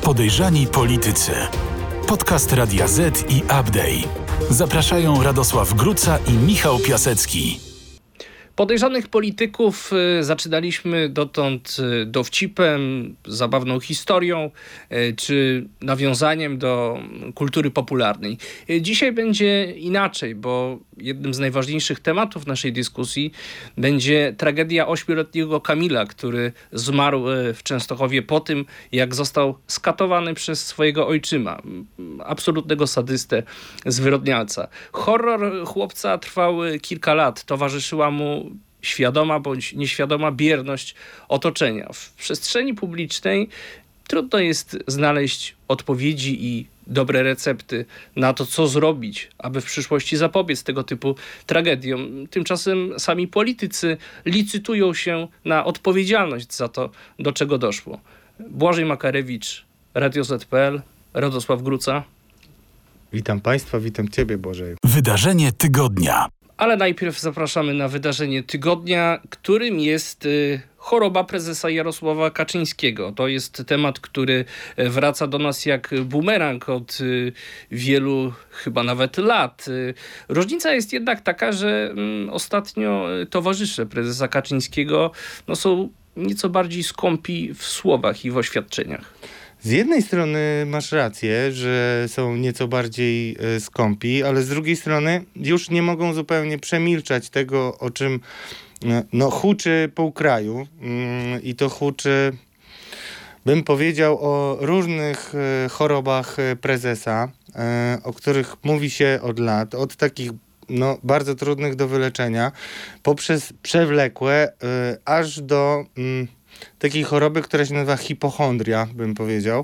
Podejrzani politycy. Podcast Radia Z i Update. Zapraszają Radosław Gruca i Michał Piasecki. Podejrzanych polityków zaczynaliśmy dotąd dowcipem, zabawną historią czy nawiązaniem do kultury popularnej. Dzisiaj będzie inaczej, bo jednym z najważniejszych tematów naszej dyskusji będzie tragedia 8-letniego Kamila, który zmarł w Częstochowie po tym, jak został skatowany przez swojego ojczyma, absolutnego sadystę, zwyrodnialca. Horror chłopca trwał kilka lat, towarzyszyła mu świadoma bądź nieświadoma bierność otoczenia. W przestrzeni publicznej trudno jest znaleźć odpowiedzi i dobre recepty na to, co zrobić, aby w przyszłości zapobiec tego typu tragediom. Tymczasem sami politycy licytują się na odpowiedzialność za to, do czego doszło. Błażej Makarewicz, Radio Z.pl, Radosław Gruca. Witam Państwa, witam Ciebie, Błażej. Wydarzenie tygodnia. Ale najpierw zapraszamy na wydarzenie tygodnia, którym jest choroba prezesa Jarosława Kaczyńskiego. To jest temat, który wraca do nas jak bumerang od wielu, chyba nawet lat. Różnica jest jednak taka, że ostatnio towarzysze prezesa Kaczyńskiego są nieco bardziej skąpi w słowach i w oświadczeniach. Z jednej strony masz rację, że są nieco bardziej skąpi, ale z drugiej strony już nie mogą zupełnie przemilczać tego, o czym huczy pół kraju. I to huczy, bym powiedział, o różnych chorobach prezesa, o których mówi się od lat, od takich bardzo trudnych do wyleczenia, poprzez przewlekłe, aż do takiej choroby, która się nazywa hipochondria, bym powiedział.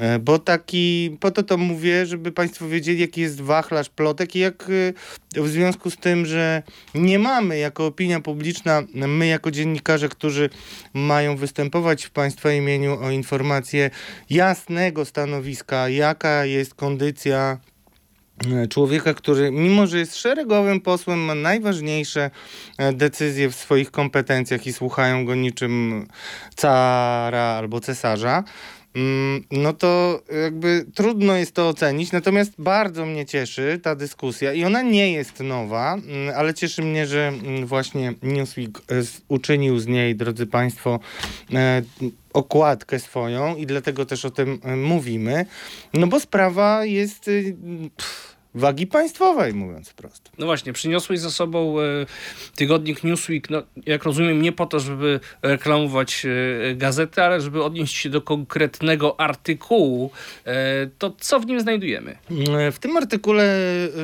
Po to mówię, żeby Państwo wiedzieli, jaki jest wachlarz plotek i jak w związku z tym, że nie mamy jako opinia publiczna, my jako dziennikarze, którzy mają występować w Państwa imieniu o informację jasnego stanowiska, jaka jest kondycja człowieka, który mimo, że jest szeregowym posłem, ma najważniejsze decyzje w swoich kompetencjach i słuchają go niczym cara albo cesarza, to jakby trudno jest to ocenić. Natomiast bardzo mnie cieszy ta dyskusja i ona nie jest nowa, ale cieszy mnie, że właśnie Newsweek uczynił z niej, drodzy Państwo, okładkę swoją i dlatego też o tym mówimy. Bo sprawa jest wagi państwowej, mówiąc prosto. No właśnie, przyniosłeś ze sobą tygodnik Newsweek, jak rozumiem, nie po to, żeby reklamować gazetę, ale żeby odnieść się do konkretnego artykułu. To co w nim znajdujemy? W tym artykule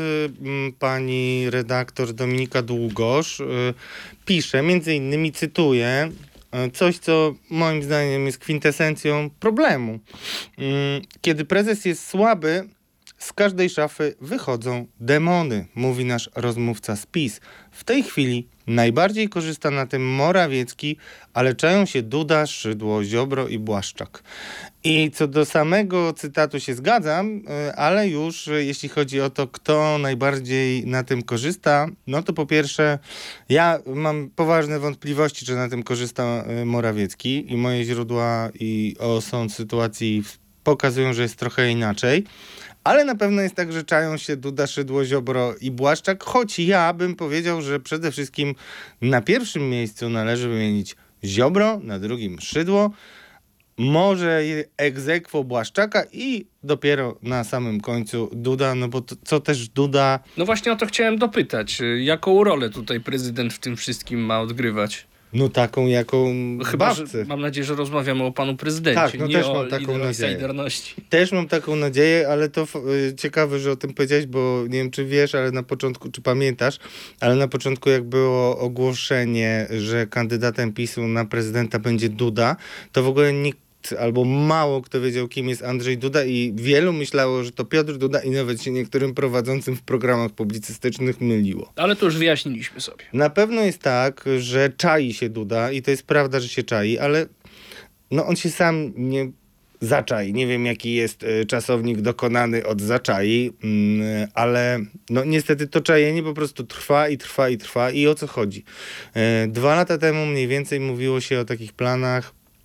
pani redaktor Dominika Długosz pisze, między innymi cytuję, coś, co moim zdaniem jest kwintesencją problemu. Kiedy prezes jest słaby, z każdej szafy wychodzą demony, mówi nasz rozmówca z PiS. W tej chwili najbardziej korzysta na tym Morawiecki, ale czają się Duda, Szydło, Ziobro i Błaszczak. I co do samego cytatu się zgadzam, ale już jeśli chodzi o to, kto najbardziej na tym korzysta, to po pierwsze ja mam poważne wątpliwości, czy na tym korzysta Morawiecki i moje źródła i osąd sytuacji pokazują, że jest trochę inaczej. Ale na pewno jest tak, że czają się Duda, Szydło, Ziobro i Błaszczak, choć ja bym powiedział, że przede wszystkim na pierwszym miejscu należy wymienić Ziobro, na drugim Szydło, może ex aequo Błaszczaka i dopiero na samym końcu Duda, bo co też Duda... No właśnie o to chciałem dopytać. Jaką rolę tutaj prezydent w tym wszystkim ma odgrywać? Taką, jaką Chyba, że mam nadzieję, że rozmawiamy o panu prezydencie, nie też o liderności. Też mam taką nadzieję, ale to ciekawe, że o tym powiedziałeś, bo nie wiem, czy wiesz, ale na początku, czy pamiętasz, ale na początku jak było ogłoszenie, że kandydatem PiS-u na prezydenta będzie Duda, to w ogóle nikt albo mało kto wiedział, kim jest Andrzej Duda i wielu myślało, że to Piotr Duda i nawet się niektórym prowadzącym w programach publicystycznych myliło. Ale to już wyjaśniliśmy sobie. Na pewno jest tak, że czai się Duda i to jest prawda, że się czai, ale on się sam nie zaczai. Nie wiem, jaki jest czasownik dokonany od zaczai, ale niestety to czajenie po prostu trwa i trwa i trwa. I o co chodzi? 2 lata temu mniej więcej mówiło się o takich planach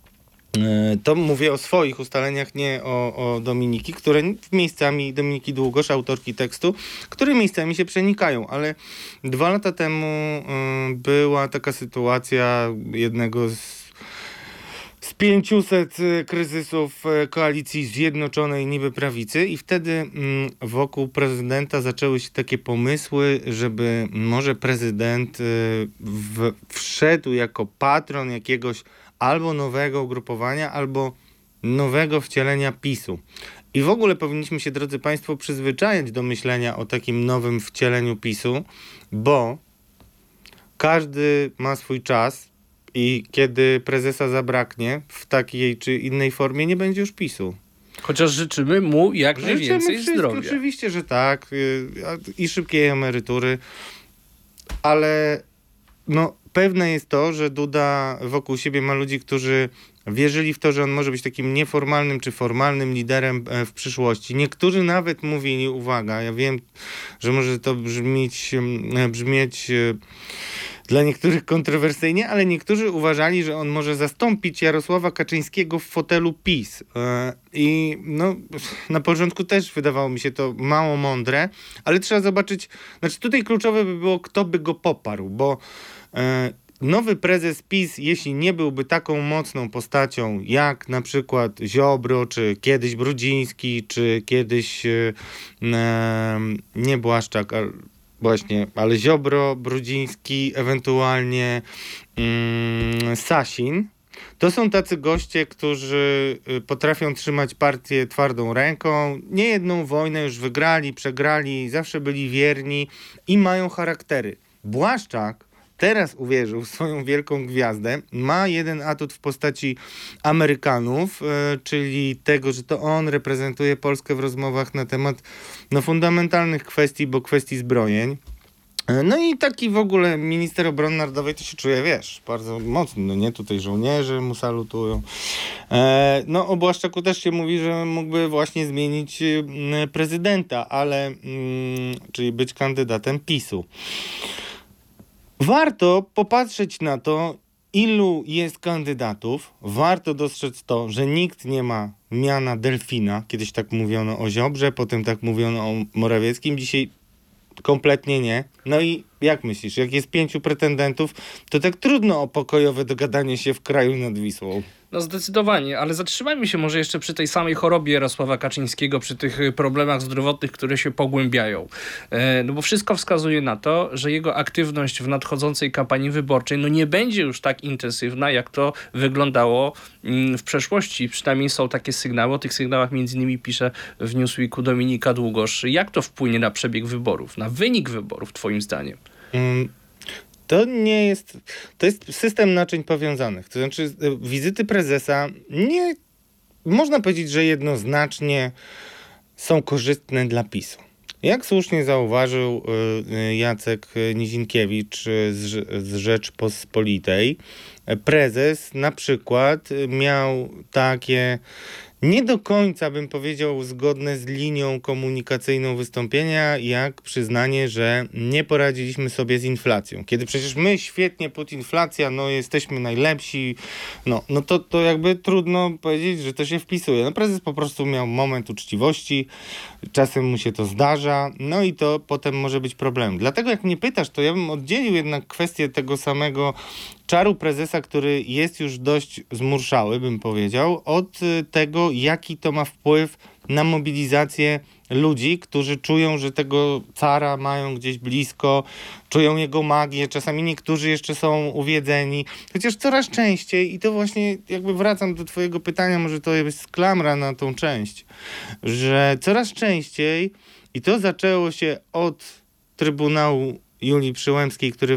To mówię o swoich ustaleniach, nie o Dominiki, które miejscami, Dominiki Długosz, autorki tekstu, które miejscami się przenikają, ale 2 lata temu była taka sytuacja jednego z 500 kryzysów koalicji Zjednoczonej niby prawicy i wtedy wokół prezydenta zaczęły się takie pomysły, żeby może prezydent wszedł jako patron jakiegoś albo nowego ugrupowania, albo nowego wcielenia PiS-u. I w ogóle powinniśmy się, drodzy Państwo, przyzwyczajać do myślenia o takim nowym wcieleniu PiS-u, bo każdy ma swój czas i kiedy prezesa zabraknie w takiej czy innej formie, nie będzie już PiS-u. Chociaż życzymy mu jak najwięcej zdrowia. Oczywiście, że tak. I szybkiej emerytury. Ale pewne jest to, że Duda wokół siebie ma ludzi, którzy wierzyli w to, że on może być takim nieformalnym czy formalnym liderem w przyszłości. Niektórzy nawet mówili, uwaga, ja wiem, że może to brzmieć dla niektórych kontrowersyjnie, ale niektórzy uważali, że on może zastąpić Jarosława Kaczyńskiego w fotelu PiS. I na początku też wydawało mi się to mało mądre, ale trzeba zobaczyć, tutaj kluczowe by było, kto by go poparł, bo nowy prezes PiS, jeśli nie byłby taką mocną postacią jak na przykład Ziobro, czy kiedyś Brudziński, czy kiedyś nie Błaszczak, ale Ziobro, Brudziński, ewentualnie Sasin, to są tacy goście, którzy potrafią trzymać partię twardą ręką. Niejedną wojnę już wygrali, przegrali, zawsze byli wierni i mają charaktery. Błaszczak teraz uwierzył w swoją wielką gwiazdę. Ma jeden atut w postaci Amerykanów, czyli tego, że to on reprezentuje Polskę w rozmowach na temat fundamentalnych kwestii, bo kwestii zbrojeń. I taki w ogóle minister obrony narodowej to się czuje, bardzo mocno, nie? Tutaj żołnierze mu salutują. O Błaszczaku też się mówi, że mógłby właśnie zmienić prezydenta, czyli być kandydatem PiS-u. Warto popatrzeć na to, ilu jest kandydatów. Warto dostrzec to, że nikt nie ma miana delfina. Kiedyś tak mówiono o Ziobrze, potem tak mówiono o Morawieckim. Dzisiaj kompletnie nie. I jak myślisz, jak jest 5 pretendentów, to tak trudno o pokojowe dogadanie się w kraju nad Wisłą. Zdecydowanie, ale zatrzymajmy się może jeszcze przy tej samej chorobie Jarosława Kaczyńskiego, przy tych problemach zdrowotnych, które się pogłębiają. Bo wszystko wskazuje na to, że jego aktywność w nadchodzącej kampanii wyborczej nie będzie już tak intensywna, jak to wyglądało w przeszłości. Przynajmniej są takie sygnały. O tych sygnałach między innymi pisze w Newsweeku Dominika Długosz. Jak to wpłynie na przebieg wyborów, na wynik wyborów, twoim zdaniem? To jest system naczyń powiązanych. To znaczy wizyty prezesa nie można powiedzieć, że jednoznacznie są korzystne dla PiS-u. Jak słusznie zauważył Jacek Nizinkiewicz z Rzeczpospolitej, prezes na przykład miał takie nie do końca, bym powiedział, zgodne z linią komunikacyjną wystąpienia, jak przyznanie, że nie poradziliśmy sobie z inflacją. Kiedy przecież my świetnie pod inflacja, jesteśmy najlepsi, to jakby trudno powiedzieć, że to się wpisuje. Prezes po prostu miał moment uczciwości, czasem mu się to zdarza, i to potem może być problem. Dlatego jak mnie pytasz, to ja bym oddzielił jednak kwestię tego samego czaru prezesa, który jest już dość zmurszały, bym powiedział, od tego, jaki to ma wpływ na mobilizację ludzi, którzy czują, że tego cara mają gdzieś blisko, czują jego magię, czasami niektórzy jeszcze są uwiedzeni, chociaż coraz częściej, i to właśnie jakby wracam do twojego pytania, może to jest klamra na tą część, że coraz częściej, i to zaczęło się od Trybunału Julii Przyłębskiej, który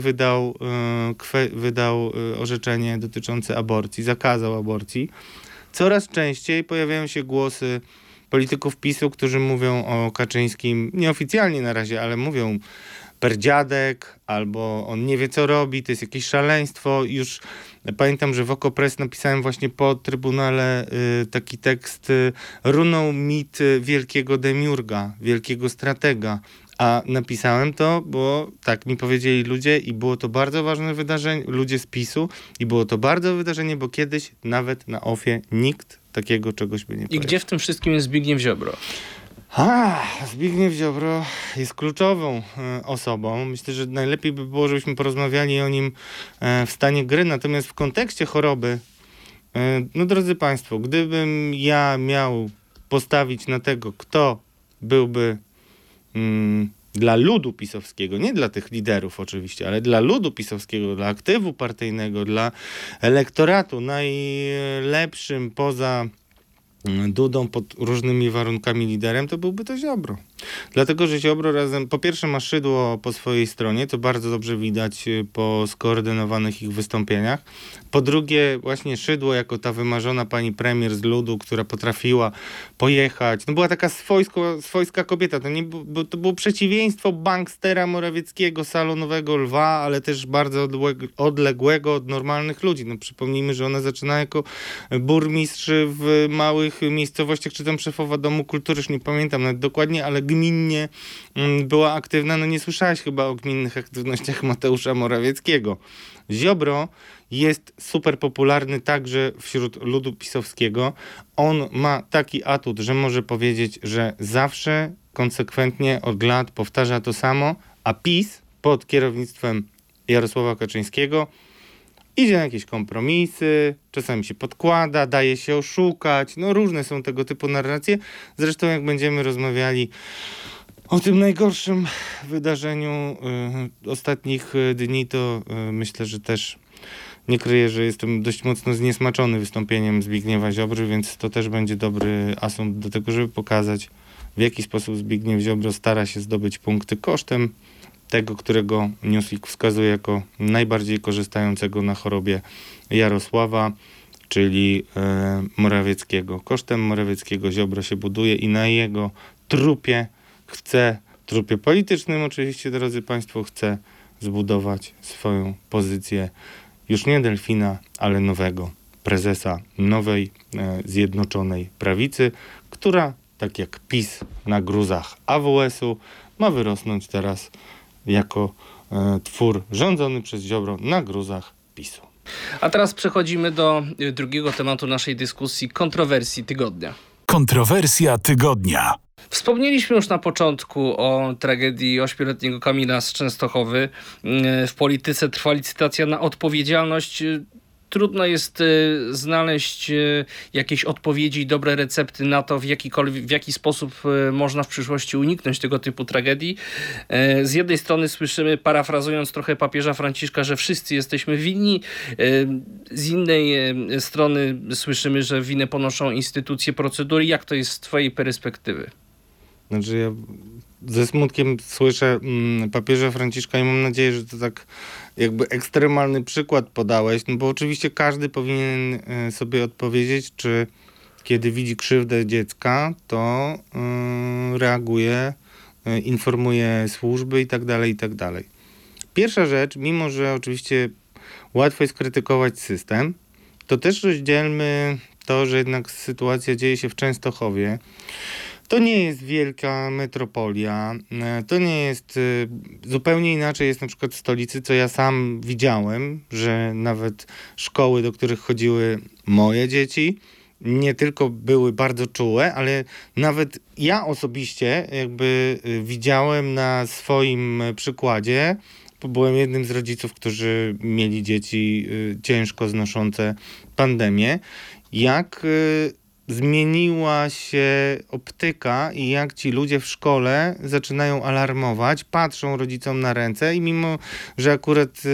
wydał orzeczenie dotyczące aborcji, zakazał aborcji, coraz częściej pojawiają się głosy polityków PiS-u, którzy mówią o Kaczyńskim, nieoficjalnie na razie, ale mówią perdziadek, albo on nie wie co robi, to jest jakieś szaleństwo. Już pamiętam, że w Okopres napisałem właśnie po Trybunale taki tekst, runął mit wielkiego demiurga, wielkiego stratega, A napisałem to, bo tak mi powiedzieli ludzie i było to bardzo ważne wydarzenie, ludzie z PiS-u i było to bardzo wydarzenie, bo kiedyś nawet na OFE nikt takiego czegoś by nie powiedział. I gdzie w tym wszystkim jest Zbigniew Ziobro? Zbigniew Ziobro jest kluczową osobą. Myślę, że najlepiej by było, żebyśmy porozmawiali o nim w stanie gry, natomiast w kontekście choroby, no drodzy Państwo, gdybym ja miał postawić na tego, kto byłby dla ludu pisowskiego, nie dla tych liderów oczywiście, ale dla ludu pisowskiego, dla aktywu partyjnego, dla elektoratu najlepszym poza Dudą pod różnymi warunkami liderem, to byłby to Ziobro. Dlatego, że Ziobro po pierwsze ma szydło po swojej stronie, to bardzo dobrze widać po skoordynowanych ich wystąpieniach. Po drugie, właśnie szydło jako ta wymarzona pani premier z ludu, która potrafiła pojechać. No była taka swojska kobieta. To było przeciwieństwo bankstera Morawieckiego, salonowego lwa, ale też bardzo odległego od normalnych ludzi. No przypomnijmy, że ona zaczyna jako burmistrz w małych miejscowościach, czy tam szefowa Domu Kultury, już nie pamiętam nawet dokładnie, ale gminnie była aktywna. No nie słyszałaś chyba o gminnych aktywnościach Mateusza Morawieckiego. Ziobro jest super popularny także wśród ludu pisowskiego. On ma taki atut, że może powiedzieć, że zawsze konsekwentnie od lat powtarza to samo, a PiS pod kierownictwem Jarosława Kaczyńskiego idzie na jakieś kompromisy, czasami się podkłada, daje się oszukać. No różne są tego typu narracje. Zresztą jak będziemy rozmawiali o tym najgorszym wydarzeniu ostatnich dni, to myślę, że też nie kryję, że jestem dość mocno zniesmaczony wystąpieniem Zbigniewa Ziobry, więc to też będzie dobry asumpt do tego, żeby pokazać, w jaki sposób Zbigniew Ziobro stara się zdobyć punkty kosztem tego, którego Newsweek wskazuje jako najbardziej korzystającego na chorobie Jarosława, czyli Morawieckiego. Kosztem Morawieckiego Ziobro się buduje i na jego trupie politycznym oczywiście, drodzy Państwo, chce zbudować swoją pozycję już nie delfina, ale nowego prezesa nowej, zjednoczonej prawicy, która, tak jak PiS na gruzach AWS-u, ma wyrosnąć teraz jako twór rządzony przez Ziobro na gruzach PiS-u. A teraz przechodzimy do drugiego tematu naszej dyskusji, kontrowersji tygodnia. Kontrowersja tygodnia. Wspomnieliśmy już na początku o tragedii 8-letniego Kamila z Częstochowy. W polityce trwa licytacja na odpowiedzialność. Trudno jest znaleźć jakieś odpowiedzi i dobre recepty na to, w jaki sposób można w przyszłości uniknąć tego typu tragedii. Z jednej strony słyszymy, parafrazując trochę papieża Franciszka, że wszyscy jesteśmy winni. Z innej strony słyszymy, że winę ponoszą instytucje, procedury. Jak to jest z twojej perspektywy? Znaczy ja ze smutkiem słyszę papieża Franciszka i mam nadzieję, że to tak jakby ekstremalny przykład podałeś, no bo oczywiście każdy powinien sobie odpowiedzieć, czy kiedy widzi krzywdę dziecka, to reaguje, informuje służby i tak dalej, i tak dalej. Pierwsza rzecz, mimo że oczywiście łatwo jest krytykować system, to też rozdzielmy to, że jednak sytuacja dzieje się w Częstochowie. To nie jest wielka metropolia, to nie jest, zupełnie inaczej jest na przykład w stolicy, co ja sam widziałem, że nawet szkoły, do których chodziły moje dzieci, nie tylko były bardzo czułe, ale nawet ja osobiście jakby widziałem na swoim przykładzie, bo byłem jednym z rodziców, którzy mieli dzieci ciężko znoszące pandemię, jak zmieniła się optyka i jak ci ludzie w szkole zaczynają alarmować, patrzą rodzicom na ręce i mimo, że akurat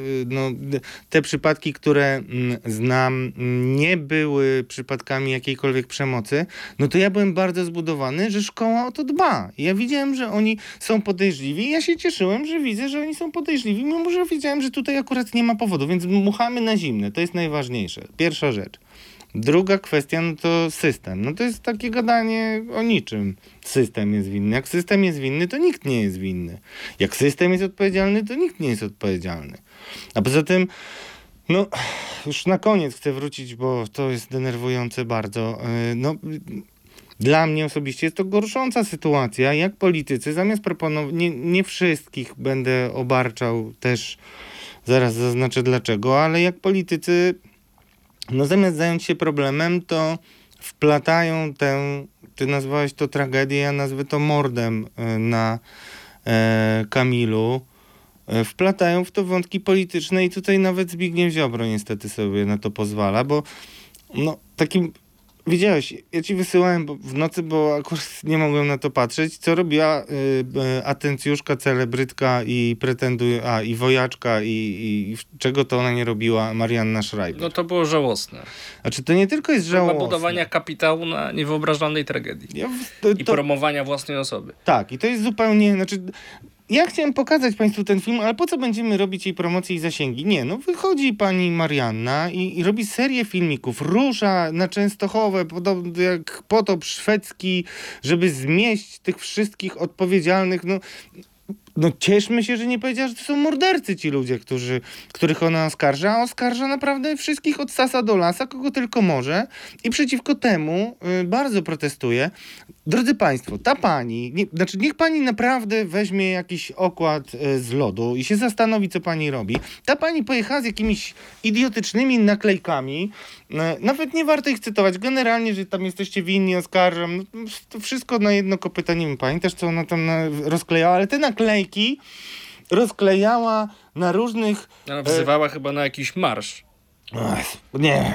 te przypadki, które znam, nie były przypadkami jakiejkolwiek przemocy, no to ja byłem bardzo zbudowany, że szkoła o to dba. Ja widziałem, że oni są podejrzliwi i ja się cieszyłem, że widzę, że oni są podejrzliwi, mimo że wiedziałem, że tutaj akurat nie ma powodu, więc dmuchamy na zimne. To jest najważniejsze. Pierwsza rzecz. Druga kwestia, no to system. No to jest takie gadanie o niczym. System jest winny. Jak system jest winny, to nikt nie jest winny. Jak system jest odpowiedzialny, to nikt nie jest odpowiedzialny. A poza tym, no już na koniec chcę wrócić, bo to jest denerwujące bardzo. Dla mnie osobiście jest to gorsząca sytuacja, jak politycy zamiast proponować, nie wszystkich będę obarczał też, zaraz zaznaczę dlaczego, ale jak politycy zamiast zająć się problemem, to wplatają ty nazwałeś to tragedię, ja nazwę to mordem na Kamilu. Wplatają w to wątki polityczne i tutaj nawet Zbigniew Ziobro niestety sobie na to pozwala, bo takim, widziałeś, ja ci wysyłałem w nocy, bo akurat nie mogłem na to patrzeć, co robiła atencjuszka, celebrytka i i wojaczka i czego to ona nie robiła, Marianna Schreiber. No to było żałosne. Znaczy to nie tylko jest żałosne. Próba budowania kapitału na niewyobrażalnej tragedii. I promowania własnej osoby. Tak, i to jest zupełnie, ja chciałem pokazać państwu ten film, ale po co będziemy robić jej promocję i zasięgi? Nie, wychodzi pani Marianna i robi serię filmików, rusza na Częstochowę, podobnie jak potop szwedzki, żeby zmieść tych wszystkich odpowiedzialnych, cieszmy się, że nie powiedziała, że to są mordercy ci ludzie, których ona oskarża, a oskarża naprawdę wszystkich od sasa do lasa, kogo tylko może i przeciwko temu bardzo protestuje. Drodzy państwo, ta pani, niech pani naprawdę weźmie jakiś okład z lodu i się zastanowi, co pani robi. Ta pani pojechała z jakimiś idiotycznymi naklejkami, nawet nie warto ich cytować. Generalnie, że tam jesteście winni, oskarżam, to wszystko na jedno kopyto, nie wiem, pamiętasz, co ona tam rozklejała, ale te naklejki rozklejała na różnych... Ona wzywała chyba na jakiś marsz. Nie,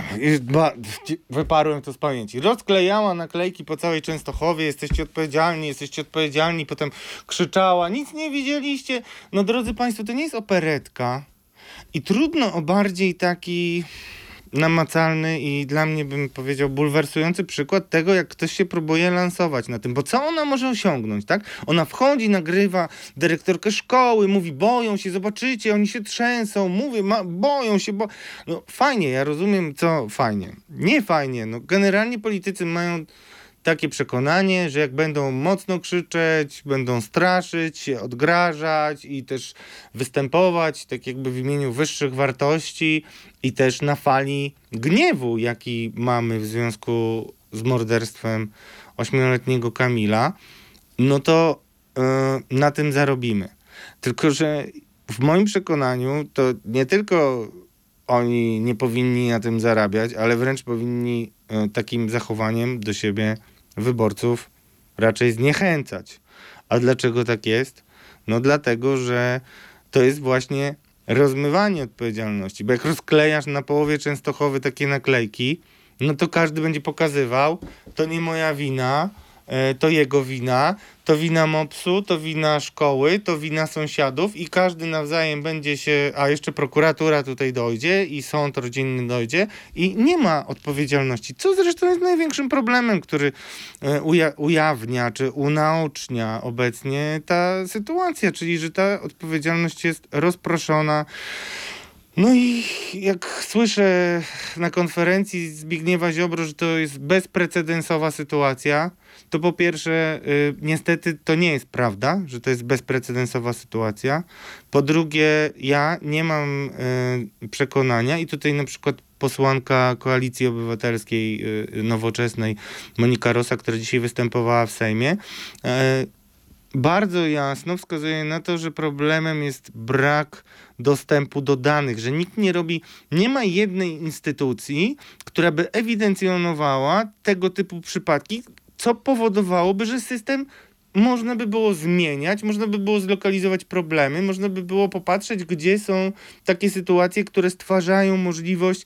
wyparłem to z pamięci. Rozklejała naklejki po całej Częstochowie, jesteście odpowiedzialni, potem krzyczała, nic nie widzieliście. Drodzy państwo, to nie jest operetka i trudno o bardziej taki namacalny i dla mnie, bym powiedział, bulwersujący przykład tego, jak ktoś się próbuje lansować na tym, bo co ona może osiągnąć, tak? Ona wchodzi, nagrywa dyrektorkę szkoły, mówi, boją się, zobaczycie, oni się trzęsą, boją się, fajnie, ja rozumiem, co fajnie. Nie fajnie, generalnie politycy mają takie przekonanie, że jak będą mocno krzyczeć, będą straszyć, się odgrażać i też występować tak jakby w imieniu wyższych wartości i też na fali gniewu, jaki mamy w związku z morderstwem 8-letniego Kamila, to na tym zarobimy. Tylko że w moim przekonaniu to nie tylko oni nie powinni na tym zarabiać, ale wręcz powinni takim zachowaniem do siebie wyborców raczej zniechęcać. A dlaczego tak jest? Dlatego, że to jest właśnie rozmywanie odpowiedzialności. Bo jak rozklejasz na połowie Częstochowy takie naklejki, to każdy będzie pokazywał, to nie moja wina, to jego wina, to wina MOPS-u, to wina szkoły, to wina sąsiadów i każdy nawzajem będzie się, a jeszcze prokuratura tutaj dojdzie i sąd rodzinny dojdzie i nie ma odpowiedzialności. Co zresztą jest największym problemem, który ujawnia czy unaocznia obecnie ta sytuacja, czyli że ta odpowiedzialność jest rozproszona. I jak słyszę na konferencji Zbigniewa Ziobro, że to jest bezprecedensowa sytuacja, to po pierwsze niestety to nie jest prawda, że to jest bezprecedensowa sytuacja. Po drugie, ja nie mam przekonania i tutaj na przykład posłanka Koalicji Obywatelskiej Nowoczesnej Monika Rosa, która dzisiaj występowała w Sejmie, bardzo jasno wskazuje na to, że problemem jest brak dostępu do danych, że nikt nie ma jednej instytucji, która by ewidencjonowała tego typu przypadki, co powodowałoby, że system można by było zmieniać, można by było zlokalizować problemy, można by było popatrzeć, gdzie są takie sytuacje, które stwarzają możliwość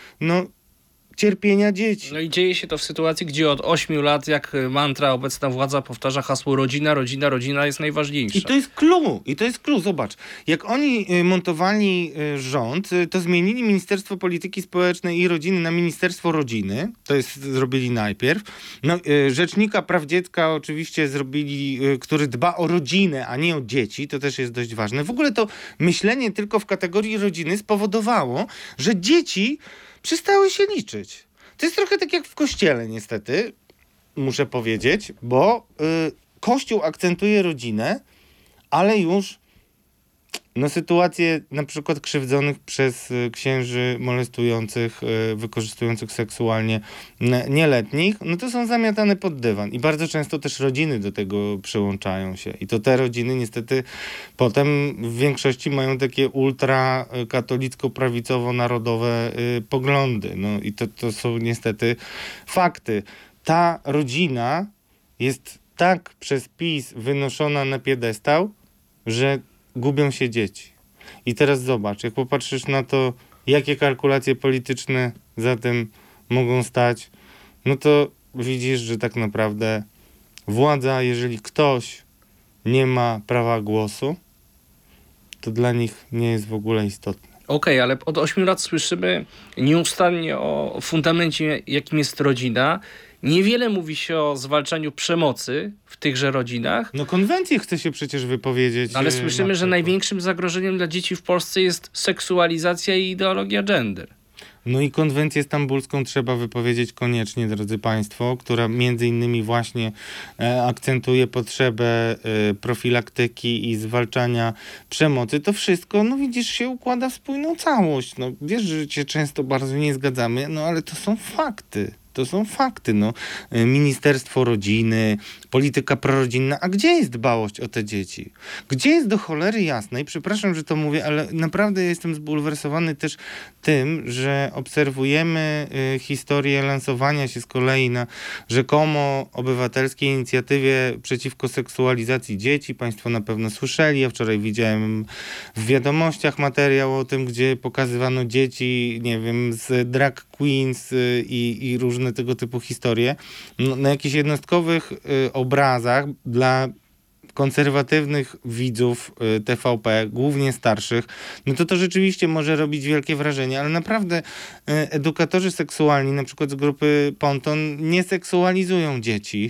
cierpienia dzieci. I dzieje się to w sytuacji, gdzie od 8 lat, jak mantra obecna władza powtarza hasło rodzina, rodzina, rodzina jest najważniejsza. I to jest clue. Zobacz, jak oni montowali rząd, to zmienili Ministerstwo Polityki Społecznej i Rodziny na Ministerstwo Rodziny. To jest zrobili najpierw. Rzecznika Praw Dziecka oczywiście zrobili, który dba o rodzinę, a nie o dzieci. To też jest dość ważne. W ogóle to myślenie tylko w kategorii rodziny spowodowało, że dzieci przestały się liczyć. To jest trochę tak jak w kościele niestety, muszę powiedzieć, bo Kościół akcentuje rodzinę, ale już no sytuacje na przykład krzywdzonych przez księży molestujących, wykorzystujących seksualnie nieletnich, no to są zamiatane pod dywan. I bardzo często też rodziny do tego przyłączają się. I to te rodziny niestety potem w większości mają takie ultra katolicko-prawicowo-narodowe poglądy. No i to są niestety fakty. Ta rodzina jest tak przez PiS wynoszona na piedestał, że gubią się dzieci. I teraz zobacz, jak popatrzysz na to, jakie kalkulacje polityczne za tym mogą stać, no to widzisz, że tak naprawdę władza, jeżeli ktoś nie ma prawa głosu, to dla nich nie jest w ogóle istotne. Okej, ale od 8 lat słyszymy nieustannie o fundamencie, jakim jest rodzina. Niewiele mówi się o zwalczaniu przemocy w tychże rodzinach. No konwencję chce się przecież wypowiedzieć. Ale słyszymy, że największym zagrożeniem dla dzieci w Polsce jest seksualizacja i ideologia gender. No i konwencję stambulską trzeba wypowiedzieć koniecznie, drodzy Państwo, która między innymi właśnie akcentuje potrzebę profilaktyki i zwalczania przemocy. To wszystko, no widzisz, się układa w spójną całość. No wiesz, że się często bardzo nie zgadzamy, no ale to są fakty. To są fakty, no. Ministerstwo Rodziny, polityka prorodzinna. A gdzie jest dbałość o te dzieci? Gdzie jest do cholery jasnej? Przepraszam, że to mówię, ale naprawdę jestem zbulwersowany też tym, że obserwujemy historię lansowania się z kolei na rzekomo obywatelskiej inicjatywie przeciwko seksualizacji dzieci. Państwo na pewno słyszeli. Ja wczoraj widziałem w wiadomościach materiał o tym, gdzie pokazywano dzieci, nie wiem, z drag queens i różne tego typu historie. No, na jakichś jednostkowych obrazach dla konserwatywnych widzów TVP, głównie starszych, no to rzeczywiście może robić wielkie wrażenie, ale naprawdę edukatorzy seksualni, na przykład z grupy Ponton, nie seksualizują dzieci.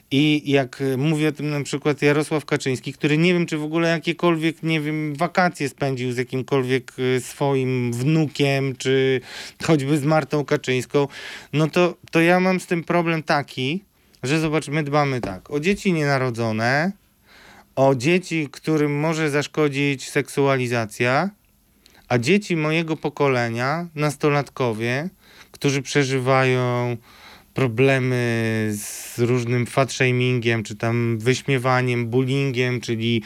I jak mówi o tym na przykład Jarosław Kaczyński, który nie wiem, czy w ogóle jakiekolwiek, nie wiem, wakacje spędził z jakimkolwiek swoim wnukiem, czy choćby z Martą Kaczyńską, no to ja mam z tym problem taki, że zobacz, my dbamy tak o dzieci nienarodzone, o dzieci, którym może zaszkodzić seksualizacja, a dzieci mojego pokolenia, nastolatkowie, którzy przeżywają problemy z różnym fatshamingiem, czy tam wyśmiewaniem, bullyingiem, czyli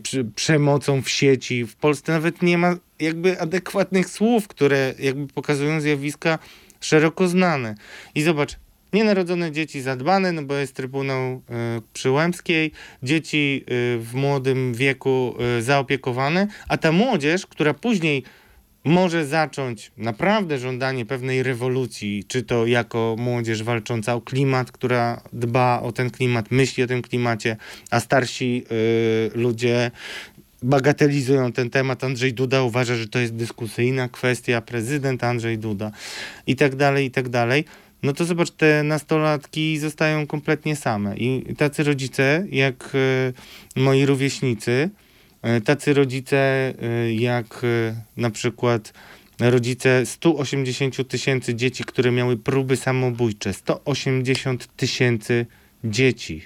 przemocą w sieci. W Polsce nawet nie ma jakby adekwatnych słów, które jakby pokazują zjawiska szeroko znane. I zobacz, nienarodzone dzieci zadbane, no bo jest Trybunał przy Łęckiej, dzieci w młodym wieku zaopiekowane, a ta młodzież, która później może zacząć naprawdę żądanie pewnej rewolucji, czy to jako młodzież walcząca o klimat, która dba o ten klimat, myśli o tym klimacie, a starsi ludzie bagatelizują ten temat. Andrzej Duda uważa, że to jest dyskusyjna kwestia, prezydent Andrzej Duda i tak dalej, i tak dalej. No to zobacz, te nastolatki zostają kompletnie same. I tacy rodzice, jak moi rówieśnicy, tacy rodzice, jak na przykład rodzice 180 000 dzieci, które miały próby samobójcze. 180 000 dzieci.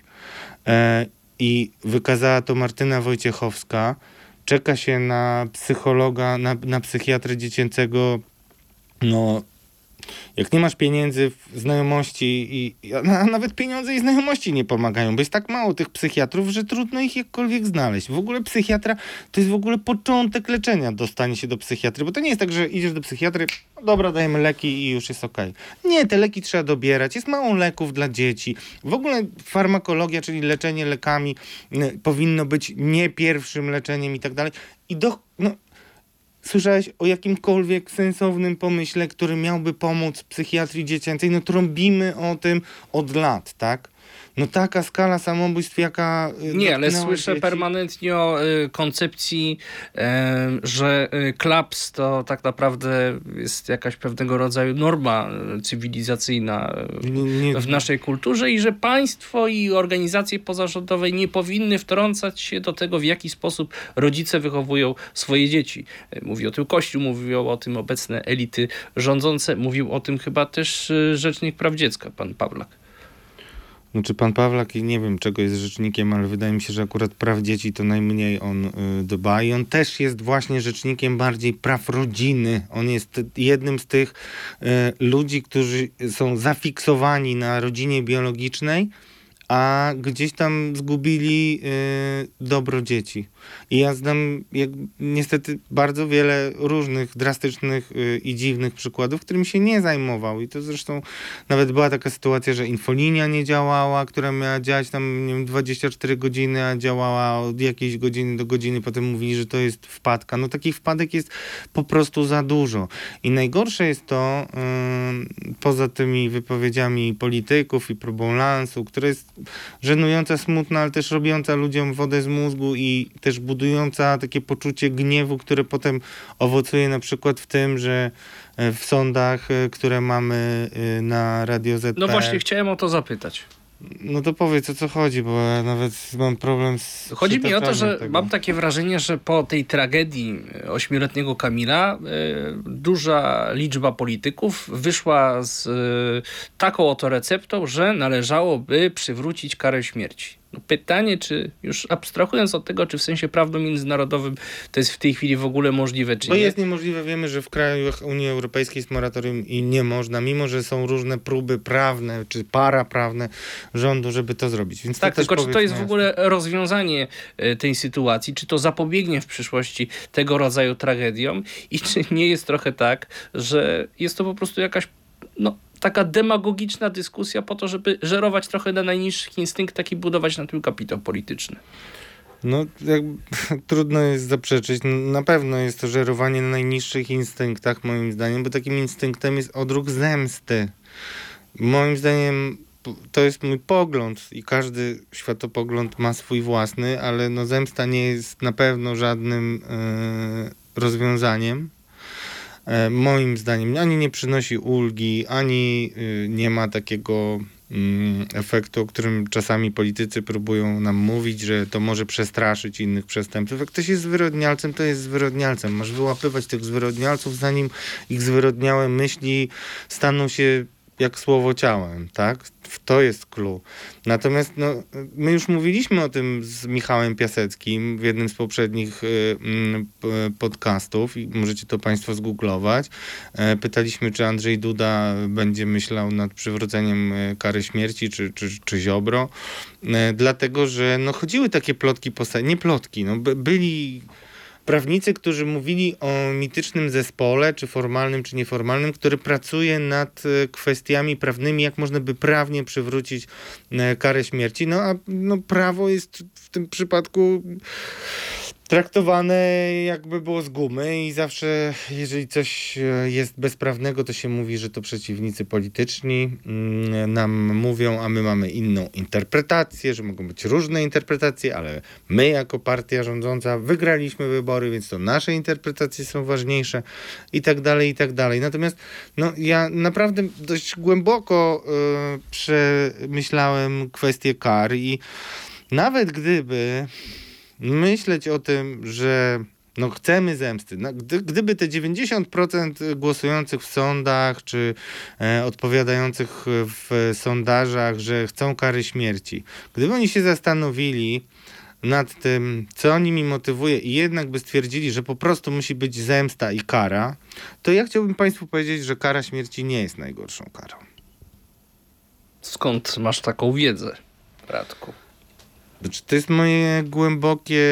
I wykazała to Martyna Wojciechowska. Czeka się na psychologa, na psychiatrę dziecięcego, no jak nie masz pieniędzy, znajomości a nawet pieniądze i znajomości nie pomagają, bo jest tak mało tych psychiatrów, że trudno ich jakkolwiek znaleźć. W ogóle psychiatra to jest w ogóle początek leczenia, dostanie się do psychiatry, bo to nie jest tak, że idziesz do psychiatry, no dobra, dajemy leki i już jest okej. Nie, te leki trzeba dobierać, jest mało leków dla dzieci. W ogóle farmakologia, czyli leczenie lekami powinno być nie pierwszym leczeniem i tak dalej. Słyszałeś o jakimkolwiek sensownym pomyśle, który miałby pomóc psychiatrii dziecięcej? No trąbimy o tym od lat, tak? No taka skala samobójstw, jaka... Nie, ale słyszę dzieci. Permanentnie o koncepcji, że klaps to tak naprawdę jest jakaś pewnego rodzaju norma cywilizacyjna w naszej kulturze i że państwo i organizacje pozarządowe nie powinny wtrącać się do tego, w jaki sposób rodzice wychowują swoje dzieci. Mówi o tym Kościół, mówią o tym obecne elity rządzące, mówił o tym chyba też Rzecznik Praw Dziecka, pan Pawlak. Znaczy pan Pawlak, nie wiem czego jest rzecznikiem, ale wydaje mi się, że akurat praw dzieci to najmniej on dba i on też jest właśnie rzecznikiem bardziej praw rodziny. On jest jednym z tych ludzi, którzy są zafiksowani na rodzinie biologicznej, a gdzieś tam zgubili dobro dzieci. I ja znam niestety bardzo wiele różnych drastycznych i dziwnych przykładów, którym się nie zajmował. I to zresztą nawet była taka sytuacja, że infolinia nie działała, która miała działać tam, nie wiem, 24 godziny, a działała od jakiejś godziny do godziny. Potem mówili, że to jest wpadka. No takich wpadek jest po prostu za dużo. I najgorsze jest to, poza tymi wypowiedziami polityków i próbą lansu, która jest żenująca, smutna, ale też robiąca ludziom wodę z mózgu i też budująca takie poczucie gniewu, które potem owocuje na przykład w tym, że w sądach, które mamy na Radio Z. No właśnie, chciałem o to zapytać. No to powiedz, o co chodzi, bo ja nawet mam problem z... Chodzi mi o to, że tego. mam takie wrażenie, że po tej tragedii 8-letniego Kamila duża liczba polityków wyszła z taką oto receptą, że należałoby przywrócić karę śmierci. No pytanie, czy już abstrahując od tego, czy w sensie prawnym międzynarodowym to jest w tej chwili w ogóle możliwe, czy Bo nie. jest niemożliwe. Wiemy, że w krajach Unii Europejskiej jest moratorium i nie można, mimo że są różne próby prawne czy paraprawne rządu, żeby to zrobić. Więc Tak, to też tylko czy to jest w powiedzmy ogóle rozwiązanie tej sytuacji, czy to zapobiegnie w przyszłości tego rodzaju tragediom i czy nie jest trochę tak, że jest to po prostu jakaś taka demagogiczna dyskusja po to, żeby żerować trochę na najniższych instynktach i budować na tym kapitał polityczny. No, trudno jest zaprzeczyć. Na pewno jest to żerowanie na najniższych instynktach, moim zdaniem, bo takim instynktem jest odruch zemsty. Moim zdaniem to jest mój pogląd i każdy światopogląd ma swój własny, ale no zemsta nie jest na pewno żadnym rozwiązaniem. Moim zdaniem ani nie przynosi ulgi, ani nie ma takiego efektu, o którym czasami politycy próbują nam mówić, że to może przestraszyć innych przestępców. Jak ktoś jest zwyrodnialcem, to jest zwyrodnialcem. Masz wyłapywać tych zwyrodnialców, zanim ich zwyrodniałe myśli staną się jak słowo ciałem, tak? To jest clue. Natomiast my już mówiliśmy o tym z Michałem Piaseckim w jednym z poprzednich podcastów i możecie to państwo zgooglować. Pytaliśmy, czy Andrzej Duda będzie myślał nad przywróceniem kary śmierci, czy Ziobro. Dlatego, że chodziły takie plotki nie plotki, byli prawnicy, którzy mówili o mitycznym zespole, czy formalnym, czy nieformalnym, który pracuje nad kwestiami prawnymi, jak można by prawnie przywrócić karę śmierci. Prawo jest w tym przypadku traktowane jakby było z gumy i zawsze, jeżeli coś jest bezprawnego, to się mówi, że to przeciwnicy polityczni nam mówią, a my mamy inną interpretację, że mogą być różne interpretacje, ale my jako partia rządząca wygraliśmy wybory, więc to nasze interpretacje są ważniejsze i tak dalej, i tak dalej. Natomiast ja naprawdę dość głęboko przemyślałem kwestię kar i nawet gdyby myśleć o tym, że chcemy zemsty. Gdyby te 90% głosujących w sądach, czy odpowiadających w sondażach, że chcą kary śmierci, gdyby oni się zastanowili nad tym, co nimi motywuje i jednak by stwierdzili, że po prostu musi być zemsta i kara, to ja chciałbym państwu powiedzieć, że kara śmierci nie jest najgorszą karą. Skąd masz taką wiedzę, Radku? To jest moje głębokie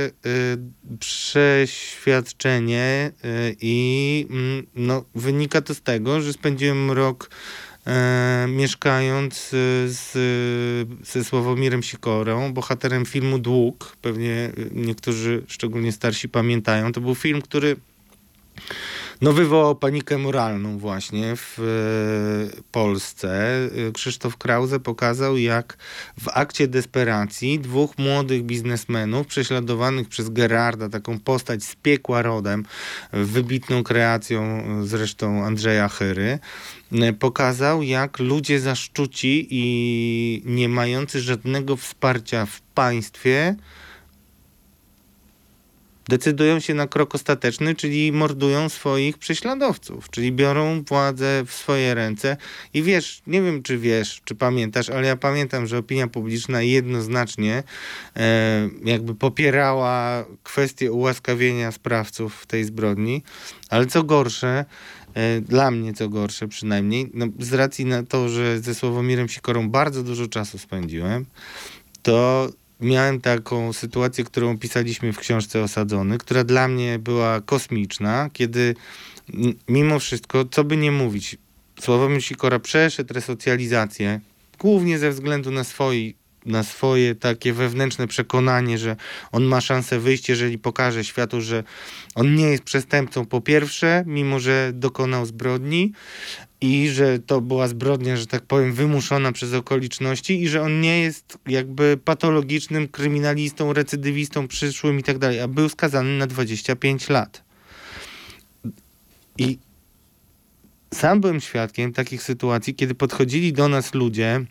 przeświadczenie i wynika to z tego, że spędziłem rok mieszkając ze Sławomirem Sikorą, bohaterem filmu Dług. Pewnie niektórzy, szczególnie starsi, pamiętają. To był film, który wywołał panikę moralną właśnie w Polsce. Krzysztof Krause pokazał, jak w akcie desperacji dwóch młodych biznesmenów prześladowanych przez Gerarda, taką postać z piekła rodem, wybitną kreacją zresztą Andrzeja Chyry, pokazał, jak ludzie zaszczuci i nie mający żadnego wsparcia w państwie decydują się na krok ostateczny, czyli mordują swoich prześladowców, czyli biorą władzę w swoje ręce. I wiesz, nie wiem czy pamiętasz, ale ja pamiętam, że opinia publiczna jednoznacznie jakby popierała kwestię ułaskawienia sprawców tej zbrodni, ale co gorsze, dla mnie co gorsze przynajmniej, no z racji na to, że ze Sławomirem Sikorą bardzo dużo czasu spędziłem, to miałem taką sytuację, którą opisaliśmy w książce Osadzony, która dla mnie była kosmiczna, kiedy mimo wszystko, co by nie mówić, Sławomir Sikora przeszedł resocjalizację, głównie ze względu na swoje takie wewnętrzne przekonanie, że on ma szansę wyjść, jeżeli pokaże światu, że on nie jest przestępcą po pierwsze, mimo że dokonał zbrodni i że to była zbrodnia, że tak powiem, wymuszona przez okoliczności i że on nie jest jakby patologicznym kryminalistą, recydywistą przyszłym i tak dalej, a był skazany na 25 lat. I sam byłem świadkiem takich sytuacji, kiedy podchodzili do nas ludzie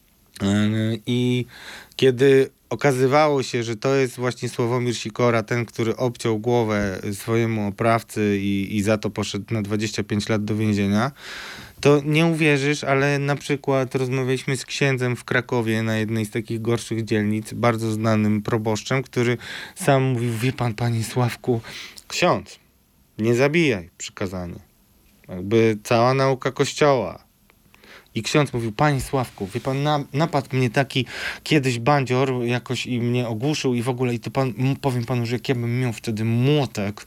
i kiedy okazywało się, że to jest właśnie Sławomir Sikora, ten, który obciął głowę swojemu oprawcy i za to poszedł na 25 lat do więzienia, to nie uwierzysz, ale na przykład rozmawialiśmy z księdzem w Krakowie na jednej z takich gorszych dzielnic, bardzo znanym proboszczem, który sam mówił, wie pan, panie Sławku, ksiądz, nie zabijaj, przykazanie. Jakby cała nauka Kościoła. I ksiądz mówił, panie Sławku, wie pan, napadł mnie taki kiedyś bandzior jakoś i mnie ogłuszył i w ogóle, i to powiem panu, że jak ja bym miał wtedy młotek,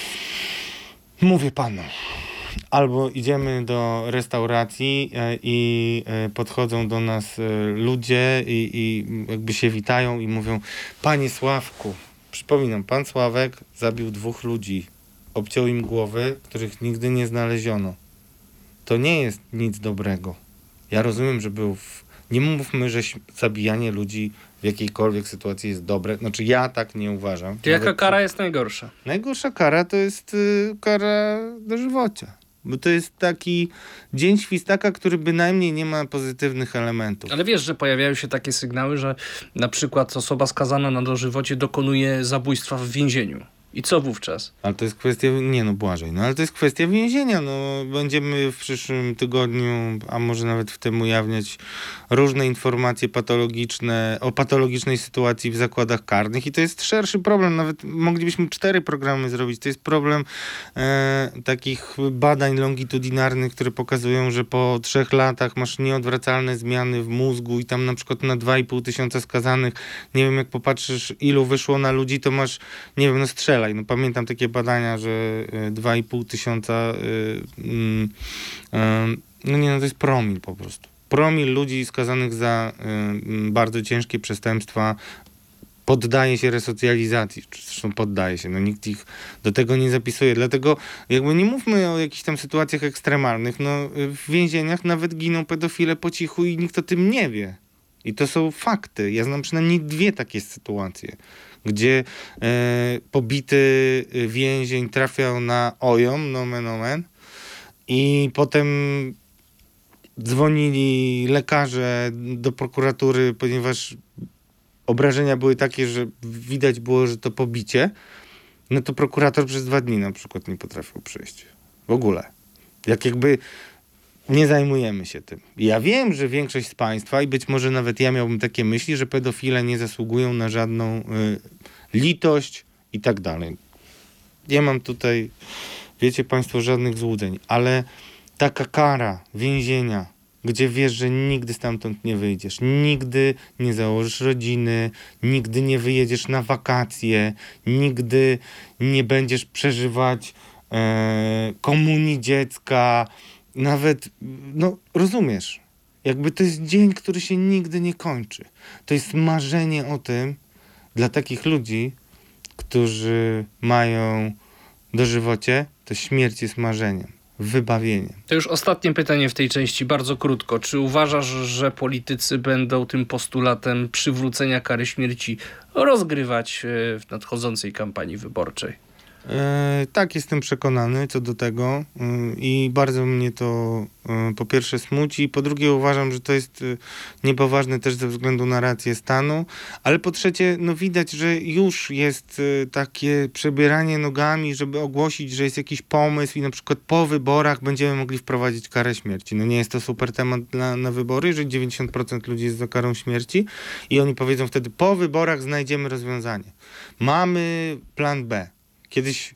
mówię panu. Albo idziemy do restauracji i podchodzą do nas ludzie i jakby się witają i mówią, panie Sławku, przypominam, pan Sławek zabił 2 ludzi, obciął im głowy, których nigdy nie znaleziono. To nie jest nic dobrego. Ja rozumiem, że nie mówmy, że zabijanie ludzi w jakiejkolwiek sytuacji jest dobre. Znaczy ja tak nie uważam. To jaka kara jest najgorsza? Najgorsza kara to jest kara dożywocia. Bo to jest taki dzień świstaka, który bynajmniej nie ma pozytywnych elementów. Ale wiesz, że pojawiają się takie sygnały, że na przykład osoba skazana na dożywocie dokonuje zabójstwa w więzieniu. I co wówczas? Ale to jest kwestia, Błażej, ale to jest kwestia więzienia. Będziemy w przyszłym tygodniu, a może nawet w tym ujawniać różne informacje patologiczne o patologicznej sytuacji w zakładach karnych i to jest szerszy problem. Nawet moglibyśmy 4 programy zrobić. To jest problem takich badań longitudinalnych, które pokazują, że po 3 latach masz nieodwracalne zmiany w mózgu i tam na przykład na 2,5 tysiąca skazanych, nie wiem, jak popatrzysz, ilu wyszło na ludzi, to masz, nie wiem, strzelaj. Pamiętam takie badania, że 2,5 tysiąca to jest promil po prostu. Promil ludzi skazanych za bardzo ciężkie przestępstwa poddaje się resocjalizacji. Zresztą poddaje się. Nikt ich do tego nie zapisuje. Dlatego jakby nie mówmy o jakichś tam sytuacjach ekstremalnych. W więzieniach nawet giną pedofile po cichu i nikt o tym nie wie. I to są fakty. Ja znam przynajmniej 2 takie sytuacje, gdzie pobity więzień trafiał na OJOM, nomen omen, i potem dzwonili lekarze do prokuratury, ponieważ obrażenia były takie, że widać było, że to pobicie, to prokurator przez 2 dni na przykład nie potrafił przyjść. W ogóle. Jakby nie zajmujemy się tym. Ja wiem, że większość z państwa i być może nawet ja miałbym takie myśli, że pedofile nie zasługują na żadną litość i tak dalej. Nie mam tutaj, wiecie państwo, żadnych złudzeń, ale taka kara więzienia, gdzie wiesz, że nigdy stamtąd nie wyjdziesz, nigdy nie założysz rodziny, nigdy nie wyjedziesz na wakacje, nigdy nie będziesz przeżywać komunii dziecka, nawet, rozumiesz, jakby to jest dzień, który się nigdy nie kończy. To jest marzenie o tym dla takich ludzi, którzy mają dożywocie, to śmierć jest marzeniem, wybawieniem. To już ostatnie pytanie w tej części, bardzo krótko. Czy uważasz, że politycy będą tym postulatem przywrócenia kary śmierci rozgrywać w nadchodzącej kampanii wyborczej? Tak, jestem przekonany co do tego i bardzo mnie to po pierwsze smuci, po drugie uważam, że to jest niepoważne też ze względu na rację stanu, ale po trzecie no widać, że już jest takie przebieranie nogami, żeby ogłosić, że jest jakiś pomysł i na przykład po wyborach będziemy mogli wprowadzić karę śmierci. No nie jest to super temat na wybory, że 90% ludzi jest za karą śmierci i oni powiedzą wtedy po wyborach znajdziemy rozwiązanie. Mamy plan B. Kiedyś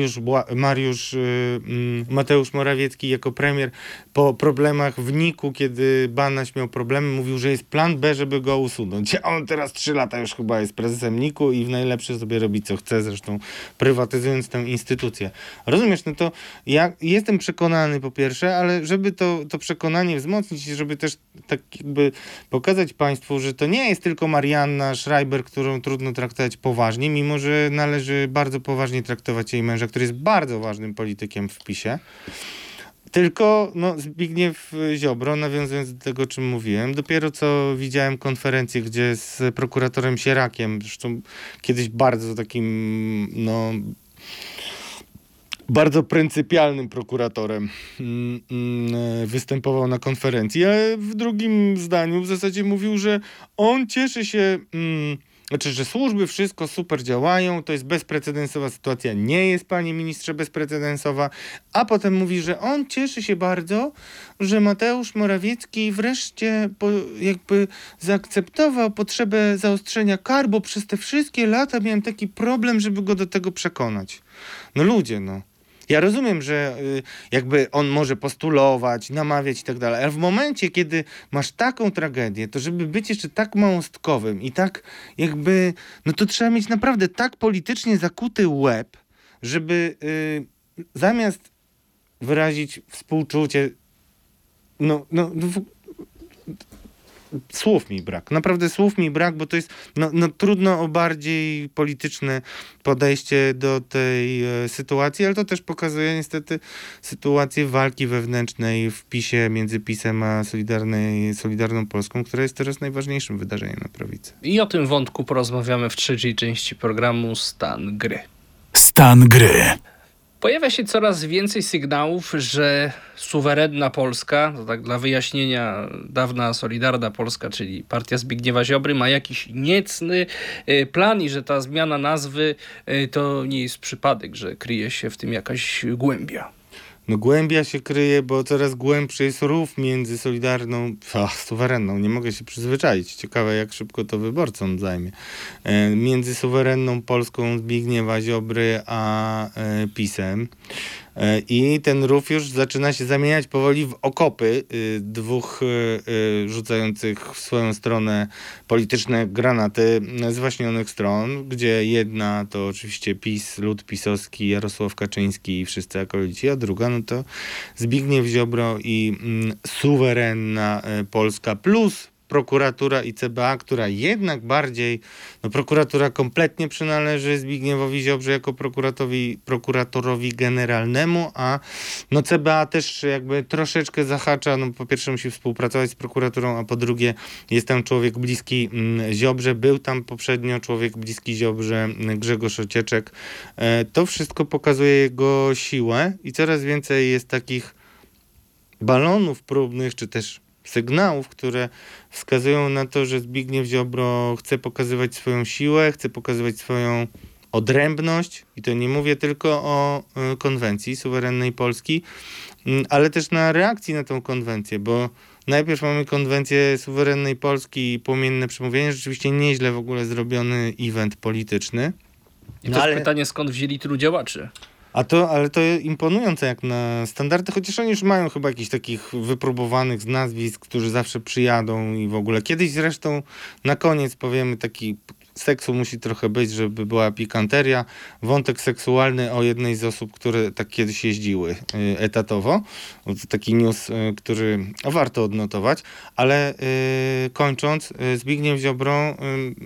Mateusz Morawiecki jako premier po problemach w NIK-u, kiedy Banaś miał problemy, mówił, że jest plan B, żeby go usunąć. A on teraz 3 lata już chyba jest prezesem NIK-u i w najlepsze sobie robi co chce, zresztą prywatyzując tę instytucję. Rozumiesz, no to ja jestem przekonany po pierwsze, ale żeby to przekonanie wzmocnić, żeby też tak jakby pokazać państwu, że to nie jest tylko Marianna Schreiber, którą trudno traktować poważnie, mimo że należy bardzo poważnie traktować jej męża, który jest bardzo ważnym politykiem w PiS-ie. Tylko Zbigniew Ziobro, nawiązując do tego, o czym mówiłem, dopiero co widziałem konferencję, gdzie z prokuratorem Sierakiem, zresztą kiedyś bardzo takim, bardzo pryncypialnym prokuratorem występował na konferencji, ale w drugim zdaniu w zasadzie mówił, że on cieszy się... że służby wszystko super działają, to jest bezprecedensowa sytuacja. Nie jest, panie ministrze, bezprecedensowa. A potem mówi, że on cieszy się bardzo, że Mateusz Morawiecki wreszcie jakby zaakceptował potrzebę zaostrzenia kar, bo przez te wszystkie lata miałem taki problem, żeby go do tego przekonać. No ludzie, Ja rozumiem, że jakby on może postulować, namawiać i tak dalej, ale w momencie, kiedy masz taką tragedię, to żeby być jeszcze tak małostkowym i tak jakby, to trzeba mieć naprawdę tak politycznie zakuty łeb, żeby zamiast wyrazić współczucie, słów mi brak. Naprawdę słów mi brak, bo to jest trudno o bardziej polityczne podejście do tej sytuacji, ale to też pokazuje niestety sytuację walki wewnętrznej w PiS-ie między PiS-em a Solidarną Polską, która jest teraz najważniejszym wydarzeniem na prawicy. I o tym wątku porozmawiamy w trzeciej części programu Stan Gry. Stan Gry. Pojawia się coraz więcej sygnałów, że suwerenna Polska, to tak dla wyjaśnienia, dawna Solidarna Polska, czyli partia Zbigniewa Ziobry, ma jakiś niecny plan i że ta zmiana nazwy to nie jest przypadek, że kryje się w tym jakaś głębia. Głębia się kryje, bo coraz głębszy jest rów między suwerenną. Nie mogę się przyzwyczaić. Ciekawe, jak szybko to wyborcom zajmie. Między suwerenną Polską Zbigniewa Ziobry a PiS-em. I ten rów już zaczyna się zamieniać powoli w okopy dwóch rzucających w swoją stronę polityczne granaty z wyjaśnionych stron, gdzie jedna to oczywiście PiS, lud pisowski, Jarosław Kaczyński i wszyscy akolici, a druga to Zbigniew Ziobro i suwerenna Polska plus prokuratura i CBA, która jednak bardziej, prokuratura kompletnie przynależy Zbigniewowi Ziobrze jako prokuratorowi generalnemu, a CBA też jakby troszeczkę zahacza, po pierwsze musi współpracować z prokuraturą, a po drugie jest tam człowiek bliski Ziobrze, był tam poprzednio człowiek bliski Ziobrze, Grzegorz Ocieczek. To wszystko pokazuje jego siłę i coraz więcej jest takich balonów próbnych, czy też sygnałów, które wskazują na to, że Zbigniew Ziobro chce pokazywać swoją siłę, chce pokazywać swoją odrębność i to nie mówię tylko o konwencji suwerennej Polski, ale też na reakcji na tą konwencję, bo najpierw mamy konwencję suwerennej Polski i płomienne przemówienie, rzeczywiście nieźle w ogóle zrobiony event polityczny. I to jest pytanie, skąd wzięli tylu działaczy? Ale to imponujące jak na standardy, chociaż oni już mają chyba jakichś takich wypróbowanych z nazwisk, którzy zawsze przyjadą i w ogóle. Kiedyś zresztą na koniec powiemy taki seksu musi trochę być, żeby była pikanteria. Wątek seksualny o jednej z osób, które tak kiedyś jeździły etatowo. To taki news, który warto odnotować. Ale kończąc, Zbigniew Ziobro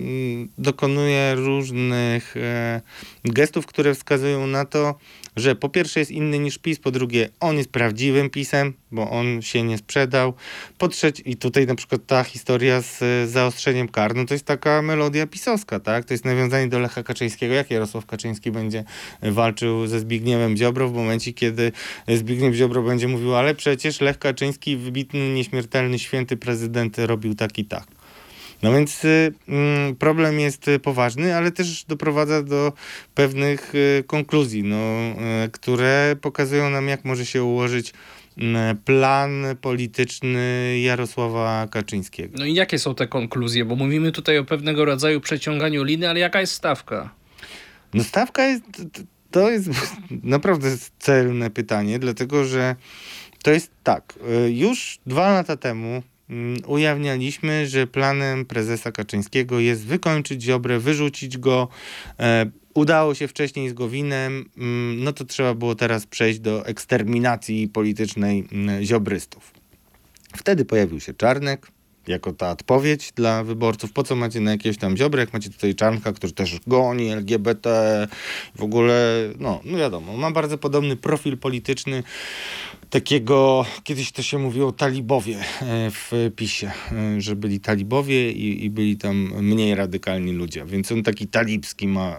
dokonuje różnych gestów, które wskazują na to, że po pierwsze jest inny niż PiS, po drugie on jest prawdziwym PiS-em, bo on się nie sprzedał. Po trzecie, i tutaj na przykład ta historia z zaostrzeniem kar, no to jest taka melodia pisowska, tak? To jest nawiązanie do Lecha Kaczyńskiego. Jak Jarosław Kaczyński będzie walczył ze Zbigniewem Ziobro w momencie, kiedy Zbigniew Ziobro będzie mówił, ale przecież Lech Kaczyński, wybitny, nieśmiertelny, święty prezydent robił tak i tak. No więc problem jest poważny, ale też doprowadza do pewnych konkluzji, które pokazują nam, jak może się ułożyć plan polityczny Jarosława Kaczyńskiego. No i jakie są te konkluzje? Bo mówimy tutaj o pewnego rodzaju przeciąganiu liny, ale jaka jest stawka? No stawka to jest naprawdę celne pytanie, dlatego że to jest tak, już 2 lata temu ujawnialiśmy, że planem prezesa Kaczyńskiego jest wykończyć Ziobrę, wyrzucić go. Udało się wcześniej z Gowinem, no to trzeba było teraz przejść do eksterminacji politycznej ziobrystów. Wtedy pojawił się Czarnek, jako ta odpowiedź dla wyborców. Po co macie na jakiegoś tam Ziobrę, jak macie tutaj Czarnka, który też goni LGBT, w ogóle, no wiadomo, ma bardzo podobny profil polityczny takiego, kiedyś to się mówiło talibowie w PiS-ie, że byli talibowie i byli tam mniej radykalni ludzie, więc on taki talibski ma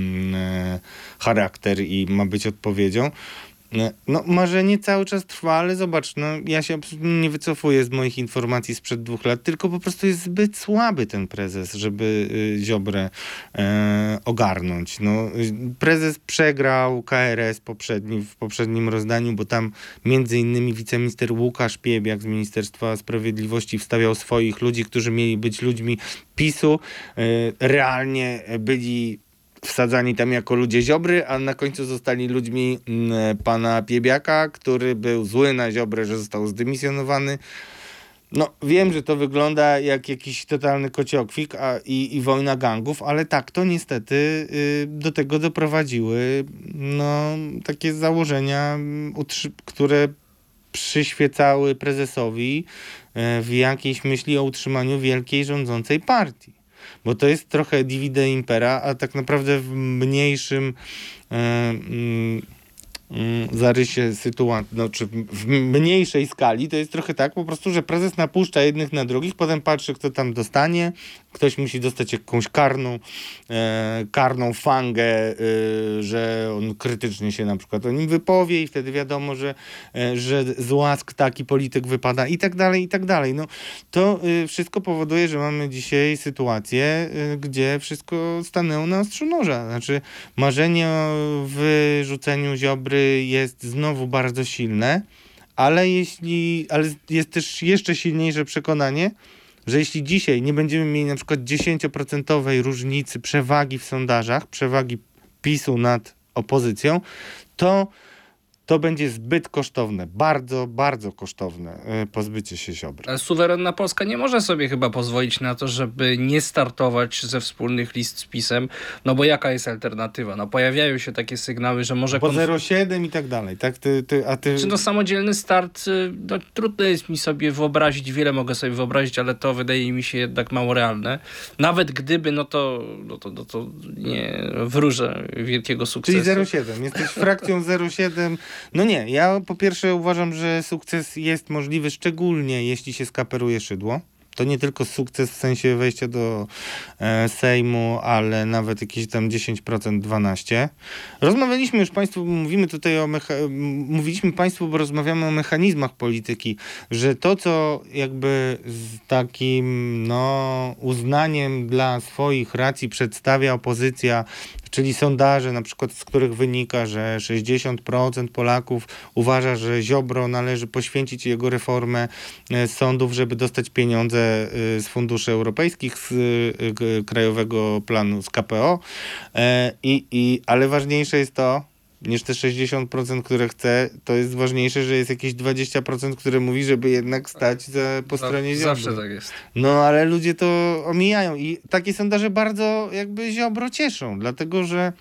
charakter i ma być odpowiedzią. No, marzenie cały czas trwa, ale zobacz, ja się absolutnie nie wycofuję z moich informacji sprzed 2 lat, tylko po prostu jest zbyt słaby ten prezes, żeby Ziobrę ogarnąć. Prezes przegrał KRS w poprzednim rozdaniu, bo tam między innymi wiceminister Łukasz Piebiak z Ministerstwa Sprawiedliwości wstawiał swoich ludzi, którzy mieli być ludźmi PiS-u, realnie byli wsadzani tam jako ludzie Ziobry, a na końcu zostali ludźmi pana Piebiaka, który był zły na Ziobrę, że został zdymisjonowany. Wiem, że to wygląda jak jakiś totalny kociokwik i wojna gangów, ale tak, to niestety do tego doprowadziły takie założenia, które przyświecały prezesowi w jakiejś myśli o utrzymaniu wielkiej rządzącej partii. Bo to jest trochę divide impera, a tak naprawdę w mniejszym zarysie sytuacji, czy w mniejszej skali, to jest trochę tak po prostu, że prezes napuszcza jednych na drugich, potem patrzy, kto tam dostanie, ktoś musi dostać jakąś karną fangę, że on krytycznie się na przykład o nim wypowie i wtedy wiadomo, że z łask taki polityk wypada i tak dalej, i tak dalej. To wszystko powoduje, że mamy dzisiaj sytuację, gdzie wszystko stanęło na ostrzu noża. Znaczy marzenie o wyrzuceniu Ziobry jest znowu bardzo silne, ale jest też jeszcze silniejsze przekonanie, że jeśli dzisiaj nie będziemy mieli na przykład 10% różnicy przewagi w sondażach, przewagi PiS-u nad opozycją, to będzie zbyt kosztowne, bardzo, bardzo kosztowne pozbycie się Ziobry. Ale suwerenna Polska nie może sobie chyba pozwolić na to, żeby nie startować ze wspólnych list z PiS-em, bo jaka jest alternatywa? Pojawiają się takie sygnały, że może... Po 0,7 i tak dalej, tak? Czy samodzielny start, trudno jest mi sobie wyobrazić, wiele mogę sobie wyobrazić, ale to wydaje mi się jednak mało realne. Nawet gdyby, to nie wróżę wielkiego sukcesu. Czyli 0,7. Jesteś frakcją 0,7. Nie, ja po pierwsze uważam, że sukces jest możliwy, szczególnie jeśli się skaperuje Szydło. To nie tylko sukces w sensie wejścia do Sejmu, ale nawet jakieś tam 10%, 12%. Rozmawialiśmy już Państwu, mówiliśmy Państwu, bo rozmawiamy o mechanizmach polityki, że to, co jakby z takim uznaniem dla swoich racji przedstawia opozycja, czyli sondaże, na przykład z których wynika, że 60% Polaków uważa, że Ziobro należy poświęcić jego reformę sądów, żeby dostać pieniądze z funduszy europejskich, z Krajowego Planu, z KPO. Ale ważniejsze jest to, niż te 60%, które chce, to jest ważniejsze, że jest jakieś 20%, które mówi, żeby jednak stać po stronie Ziobry. Zawsze tak jest. Ale ludzie to omijają i takie sondaże bardzo jakby Ziobro cieszą, dlatego że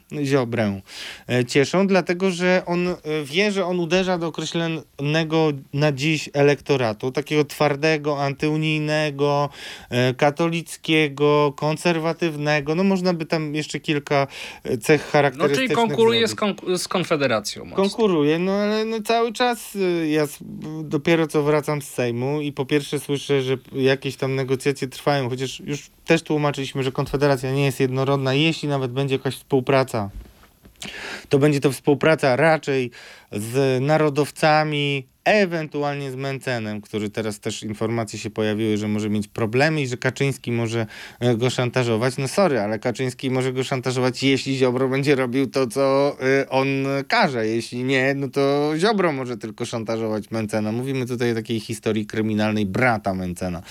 dlatego że on wie, że on uderza do określonego na dziś elektoratu, takiego twardego, antyunijnego, katolickiego, konserwatywnego, można by tam jeszcze kilka cech charakterystycznych czyli konkuruje zrobić. z Konfederacją mocno. Konkuruje, no ale no cały czas dopiero co wracam z Sejmu i po pierwsze słyszę, że jakieś tam negocjacje trwają, chociaż już też tłumaczyliśmy, że Konfederacja nie jest jednorodna, jeśli nawet będzie jakaś współpraca, to będzie to współpraca raczej z narodowcami, ewentualnie z Mencenem, który teraz też informacje się pojawiły, że może mieć problemy i że Kaczyński może go szantażować. No sorry, ale Kaczyński może go szantażować, jeśli Ziobro będzie robił to, co on każe. Jeśli nie, no to Ziobro może tylko szantażować Mencena. Mówimy tutaj o takiej historii kryminalnej brata Mencena.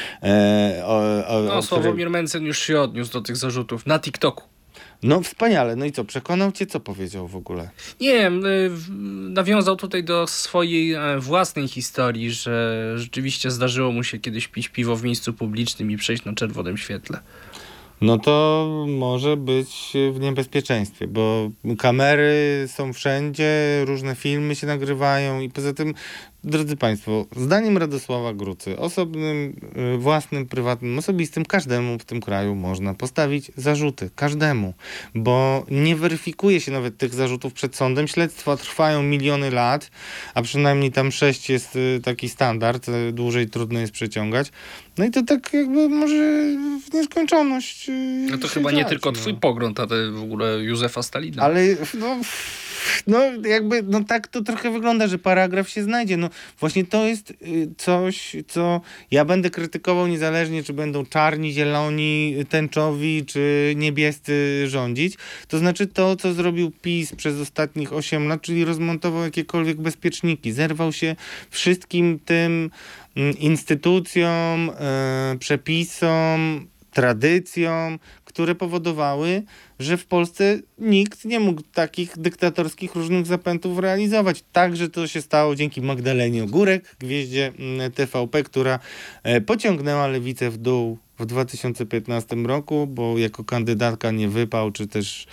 Sławomir Mencen już się odniósł do tych zarzutów na TikToku. No wspaniale. No i co? Przekonał cię? Co powiedział w ogóle? Nie wiem, nawiązał tutaj do swojej własnej historii, że rzeczywiście zdarzyło mu się kiedyś pić piwo w miejscu publicznym i przejść na czerwonym świetle. No to może być w niebezpieczeństwie, bo kamery są wszędzie, różne filmy się nagrywają i poza tym, drodzy Państwo, zdaniem Radosława Grucy, osobnym, własnym, prywatnym, osobistym, każdemu w tym kraju można postawić zarzuty. Każdemu. Bo nie weryfikuje się nawet tych zarzutów przed sądem. Śledztwa trwają miliony lat, a przynajmniej tam 6 jest taki standard. Dłużej trudno jest przeciągać. No i to tak jakby może w nieskończoność No to chyba nie tylko twój pogląd, ale w ogóle Józefa Stalina. Ale no tak to trochę wygląda, że paragraf się znajdzie. No właśnie to jest coś, co ja będę krytykował niezależnie, czy będą czarni, zieloni, tęczowi, czy niebiescy rządzić. To znaczy to, co zrobił PiS przez ostatnich 8 lat, czyli rozmontował jakiekolwiek bezpieczniki. Zerwał się wszystkim tym instytucjom, przepisom, tradycjom, które powodowały, że w Polsce nikt nie mógł takich dyktatorskich różnych zapętów realizować. Także to się stało dzięki Magdalenie Ogórek, gwieździe TVP, która pociągnęła lewicę w dół w 2015 roku, bo jako kandydatka nie wypał, czy też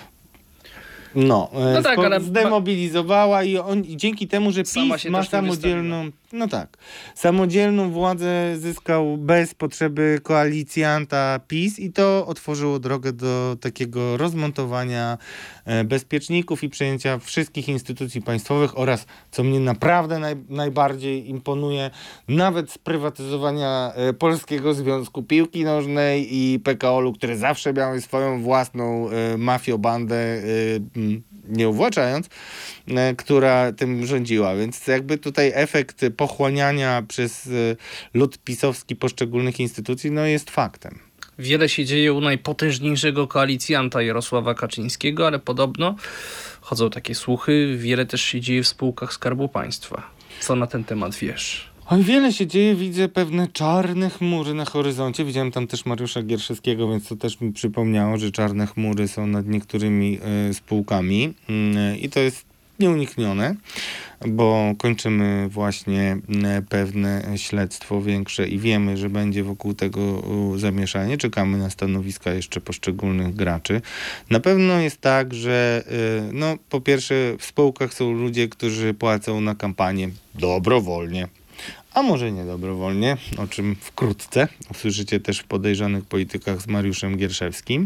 zdemobilizowała i dzięki temu, że PiS ma samodzielną władzę zyskał bez potrzeby koalicjanta PiS i to otworzyło drogę do takiego rozmontowania bezpieczników i przejęcia wszystkich instytucji państwowych oraz, co mnie naprawdę najbardziej imponuje, nawet sprywatyzowania Polskiego Związku Piłki Nożnej i PKOL-u, które zawsze miały swoją własną mafiobandę, nie uwłaczając, która tym rządziła. Więc jakby tutaj efekt pochłaniania przez lud pisowski poszczególnych instytucji jest faktem. Wiele się dzieje u najpotężniejszego koalicjanta Jarosława Kaczyńskiego, ale podobno chodzą takie słuchy, wiele też się dzieje w spółkach Skarbu Państwa. Co na ten temat wiesz? Oj, wiele się dzieje, widzę pewne czarne chmury na horyzoncie. Widziałem tam też Mariusza Gierszewskiego, więc to też mi przypomniało, że czarne chmury są nad niektórymi spółkami i to jest nieuniknione, bo kończymy właśnie pewne śledztwo większe i wiemy, że będzie wokół tego zamieszanie. Czekamy na stanowiska jeszcze poszczególnych graczy. Na pewno jest tak, że po pierwsze w spółkach są ludzie, którzy płacą na kampanię dobrowolnie. A może nie dobrowolnie, o czym wkrótce usłyszycie też w Podejrzanych Politykach z Mariuszem Gierszewskim.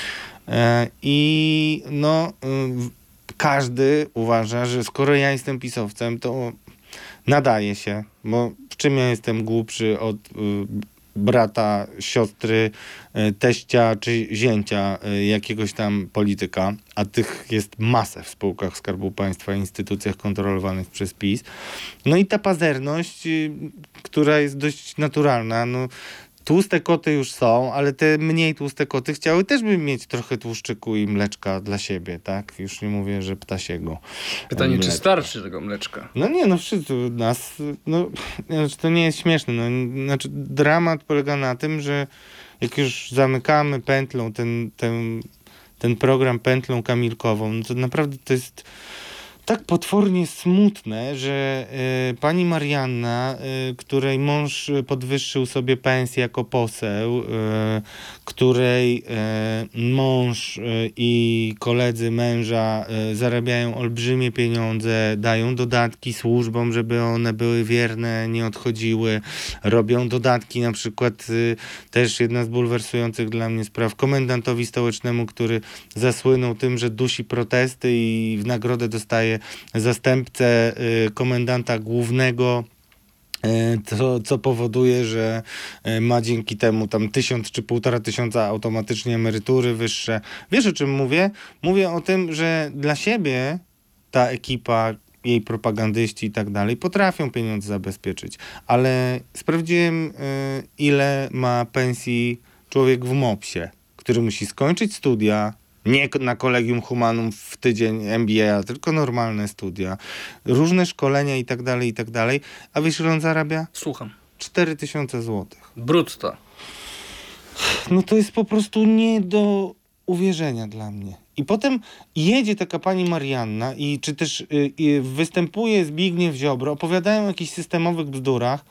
Każdy uważa, że skoro ja jestem pisowcem, to nadaje się, bo w czym ja jestem głupszy od brata, siostry, teścia czy zięcia jakiegoś tam polityka, a tych jest masę w spółkach Skarbu Państwa i instytucjach kontrolowanych przez PiS. No i ta pazerność, która jest dość naturalna, tłuste koty już są, ale te mniej tłuste koty chciały też by mieć trochę tłuszczyku i mleczka dla siebie, tak? Już nie mówię, że ptasiego. Pytanie, mleczka. czy starczy tego mleczka? Wszyscy nas, to nie jest śmieszne. Dramat polega na tym, że jak już zamykamy pętlą ten program pętlą kamilkową, to naprawdę tak potwornie smutne, że pani Marianna, której mąż podwyższył sobie pensję jako poseł, której mąż i koledzy męża zarabiają olbrzymie pieniądze, dają dodatki służbom, żeby one były wierne, nie odchodziły, robią dodatki, na przykład też jedna z bulwersujących dla mnie spraw, komendantowi stołecznemu, który zasłynął tym, że dusi protesty i w nagrodę dostaje zastępcę komendanta głównego, co powoduje, że ma dzięki temu tam 1000 czy 1500 automatycznie emerytury wyższe. Wiesz, o czym mówię? Mówię o tym, że dla siebie ta ekipa, jej propagandyści i tak dalej potrafią pieniądze zabezpieczyć, ale sprawdziłem, ile ma pensji człowiek w MOPS-ie, który musi skończyć studia, nie na Collegium Humanum w tydzień MBA, tylko normalne studia, różne szkolenia i tak dalej. A wiesz, ile on zarabia? Słucham. 4000 złotych. Brutto. No to jest po prostu nie do uwierzenia dla mnie. I potem jedzie taka pani Marianna czy też występuje Zbigniew Ziobro, opowiadają o jakichś systemowych bzdurach,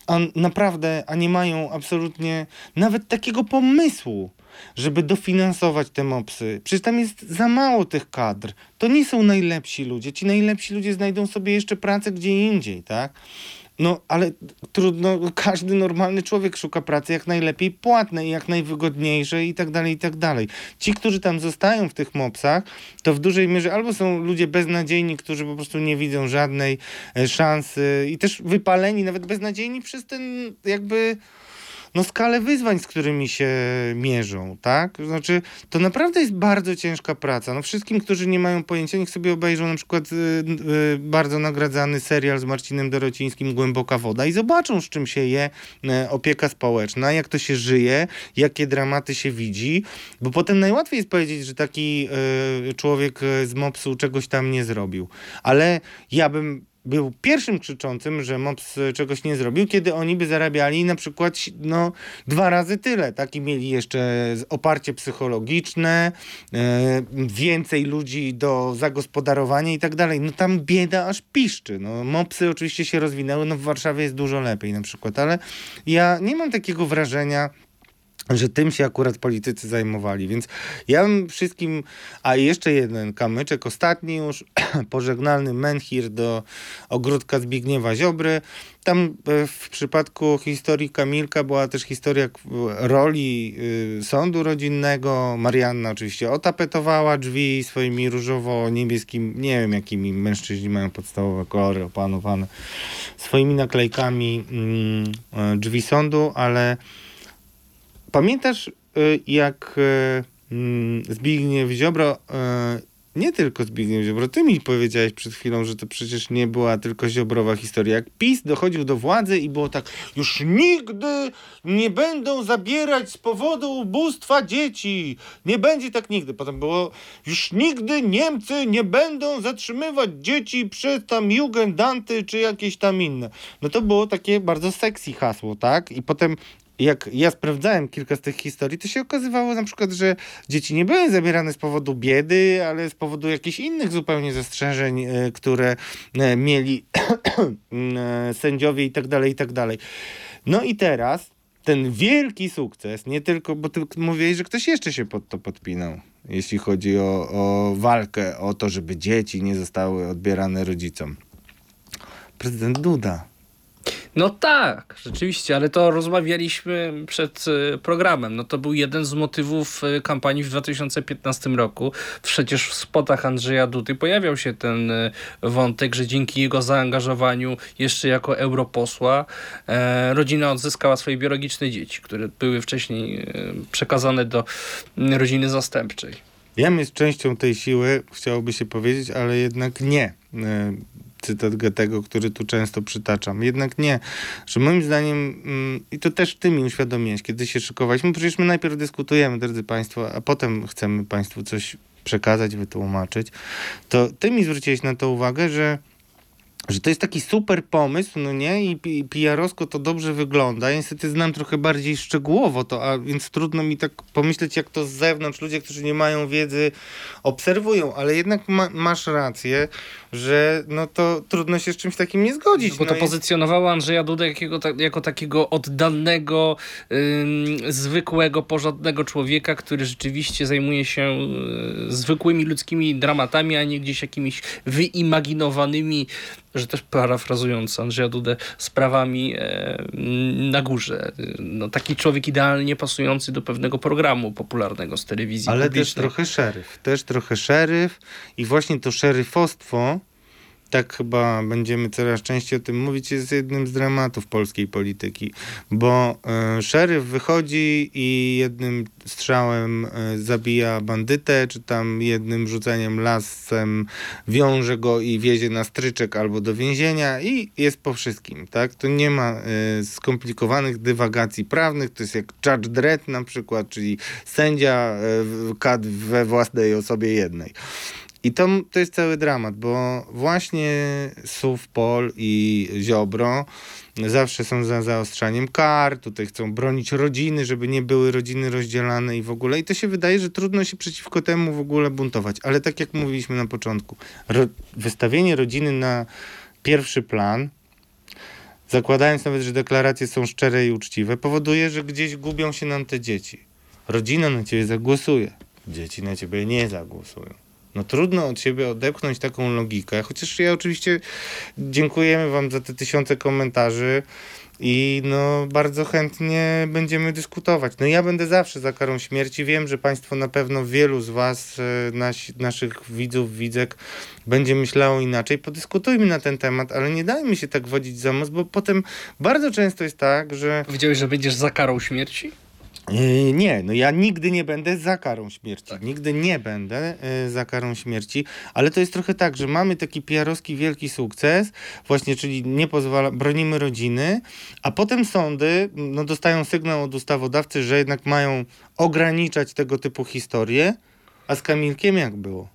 a nie mają absolutnie nawet takiego pomysłu, żeby dofinansować te MOPS-y. Przecież tam jest za mało tych kadr. To nie są najlepsi ludzie. Ci najlepsi ludzie znajdą sobie jeszcze pracę gdzie indziej, tak? No, ale trudno, każdy normalny człowiek szuka pracy jak najlepiej płatnej, jak najwygodniejszej i tak dalej. Ci, którzy tam zostają w tych MOPS-ach, to w dużej mierze albo są ludzie beznadziejni, którzy po prostu nie widzą żadnej szansy i też wypaleni, nawet beznadziejni przez ten jakby skalę wyzwań, z którymi się mierzą, tak? Znaczy, to naprawdę jest bardzo ciężka praca. No wszystkim, którzy nie mają pojęcia, niech sobie obejrzą na przykład bardzo nagradzany serial z Marcinem Dorocińskim Głęboka woda i zobaczą, z czym się je opieka społeczna, jak to się żyje, jakie dramaty się widzi, bo potem najłatwiej jest powiedzieć, że taki człowiek z MOPS-u czegoś tam nie zrobił. Ale ja bym był pierwszym krzyczącym, że MOPS czegoś nie zrobił, kiedy oni by zarabiali na przykład 2 razy tyle. Tak? I mieli jeszcze oparcie psychologiczne, więcej ludzi do zagospodarowania i tak dalej. No tam bieda aż piszczy. No, MOPS-y oczywiście się rozwinęły, w Warszawie jest dużo lepiej na przykład, ale ja nie mam takiego wrażenia, że tym się akurat politycy zajmowali, więc ja bym wszystkim, a jeszcze jeden kamyczek, ostatni już, pożegnalny menhir do ogródka Zbigniewa Ziobry. Tam w przypadku historii Kamilka była też historia roli sądu rodzinnego. Marianna oczywiście otapetowała drzwi swoimi różowo-niebieskimi, nie wiem jakimi mężczyźni mają podstawowe kolory opanowane, swoimi naklejkami drzwi sądu, ale pamiętasz, jak Zbigniew Ziobro, nie tylko Zbigniew Ziobro, ty mi powiedziałeś przed chwilą, że to przecież nie była tylko ziobrowa historia. Jak PiS dochodził do władzy i było tak, już nigdy nie będą zabierać z powodu ubóstwa dzieci. Nie będzie tak nigdy. Potem było, już nigdy Niemcy nie będą zatrzymywać dzieci przez tam Jugendanty czy jakieś tam inne. No to było takie bardzo sexy hasło, tak? I potem jak ja sprawdzałem kilka z tych historii, to się okazywało na przykład, że dzieci nie były zabierane z powodu biedy, ale z powodu jakichś innych zupełnie zastrzeżeń, które mieli sędziowie i tak dalej. No i teraz ten wielki sukces, nie tylko, bo ty mówiłeś, że ktoś jeszcze się pod to podpinał, jeśli chodzi o walkę o to, żeby dzieci nie zostały odbierane rodzicom. Prezydent Duda. No tak, rzeczywiście, ale to rozmawialiśmy przed programem. No to był jeden z motywów kampanii w 2015 roku. Przecież w spotach Andrzeja Dudy pojawiał się ten wątek, że dzięki jego zaangażowaniu jeszcze jako europosła rodzina odzyskała swoje biologiczne dzieci, które były wcześniej przekazane do rodziny zastępczej. Jem jest częścią tej siły, chciałoby się powiedzieć, ale jednak nie. Cytat Goethego, który tu często przytaczam. Jednak nie, że moim zdaniem, i to też ty mi uświadomiłeś, kiedy się szykowaliśmy, przecież my najpierw dyskutujemy, drodzy państwo, a potem chcemy państwu coś przekazać, wytłumaczyć, to ty mi zwróciłeś na to uwagę, że że to jest taki super pomysł, no nie? I PR-owsko to dobrze wygląda. Ja niestety znam trochę bardziej szczegółowo to, a więc trudno mi tak pomyśleć, jak to z zewnątrz ludzie, którzy nie mają wiedzy, obserwują, ale jednak masz rację, że no to trudno się z czymś takim nie zgodzić. Bo to pozycjonowało Andrzeja Dudę jako takiego oddanego, zwykłego, porządnego człowieka, który rzeczywiście zajmuje się zwykłymi ludzkimi dramatami, a nie gdzieś jakimiś wyimaginowanymi, że też parafrazując Andrzeja Dudę, sprawami na górze. No, taki człowiek idealnie pasujący do pewnego programu popularnego z telewizji ale publicznej. też trochę szeryf i właśnie to szeryfostwo, tak chyba będziemy coraz częściej o tym mówić, jest jednym z dramatów polskiej polityki, bo szeryf wychodzi i jednym strzałem zabija bandytę, czy tam jednym rzuceniem lasem wiąże go i wiezie na stryczek albo do więzienia i jest po wszystkim, tak? To nie ma skomplikowanych dywagacji prawnych, to jest jak Judge Dredd na przykład, czyli sędzia kat we własnej osobie jednej. I to jest cały dramat, bo właśnie Sufpol i Ziobro zawsze są za zaostrzaniem kar, tutaj chcą bronić rodziny, żeby nie były rodziny rozdzielane i w ogóle. I to się wydaje, że trudno się przeciwko temu w ogóle buntować. Ale tak jak mówiliśmy na początku, wystawienie rodziny na pierwszy plan, zakładając nawet, że deklaracje są szczere i uczciwe, powoduje, że gdzieś gubią się nam te dzieci. Rodzina na ciebie zagłosuje, dzieci na ciebie nie zagłosują. No trudno od siebie odepchnąć taką logikę, chociaż ja oczywiście dziękujemy wam za te 1000 komentarzy i no bardzo chętnie będziemy dyskutować. No ja będę zawsze za karą śmierci. Wiem, że państwo na pewno wielu z was, naszych widzów, widzek będzie myślało inaczej. Podyskutujmy na ten temat, ale nie dajmy się tak wodzić za most, bo potem bardzo często jest tak, że... Powiedziałeś, że będziesz za karą śmierci? Nie, no ja nigdy nie będę za karą śmierci. Tak. Nigdy nie będę za karą śmierci, ale to jest trochę tak, że mamy taki PR-owski wielki sukces, właśnie, czyli bronimy rodziny, a potem sądy no, dostają sygnał od ustawodawcy, że jednak mają ograniczać tego typu historie, a z Kamilkiem jak było?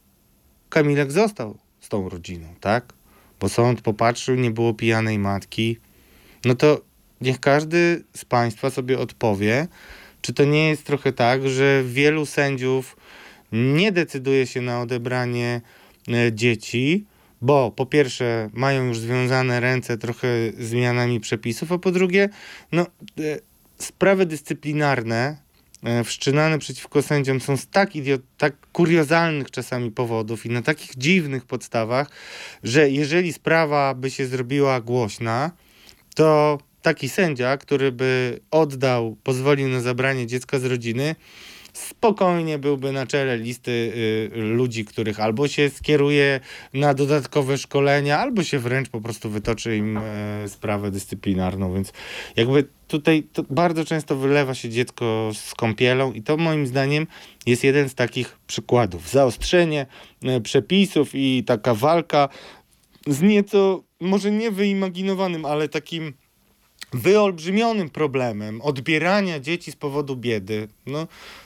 Kamilek został z tą rodziną, tak? Bo sąd popatrzył, nie było pijanej matki. No to niech każdy z państwa sobie odpowie, czy to nie jest trochę tak, że wielu sędziów nie decyduje się na odebranie dzieci, bo po pierwsze mają już związane ręce trochę zmianami przepisów, a po drugie no, sprawy dyscyplinarne wszczynane przeciwko sędziom są z tak kuriozalnych czasami powodów i na takich dziwnych podstawach, że jeżeli sprawa by się zrobiła głośna, to taki sędzia, który by pozwolił na zabranie dziecka z rodziny, spokojnie byłby na czele listy ludzi, których albo się skieruje na dodatkowe szkolenia, albo się wręcz po prostu wytoczy im sprawę dyscyplinarną, więc jakby tutaj to bardzo często wylewa się dziecko z kąpielą i to moim zdaniem jest jeden z takich przykładów. Zaostrzenie przepisów i taka walka z nieco, może nie wyimaginowanym, ale takim wyolbrzymionym problemem odbierania dzieci z powodu biedy, no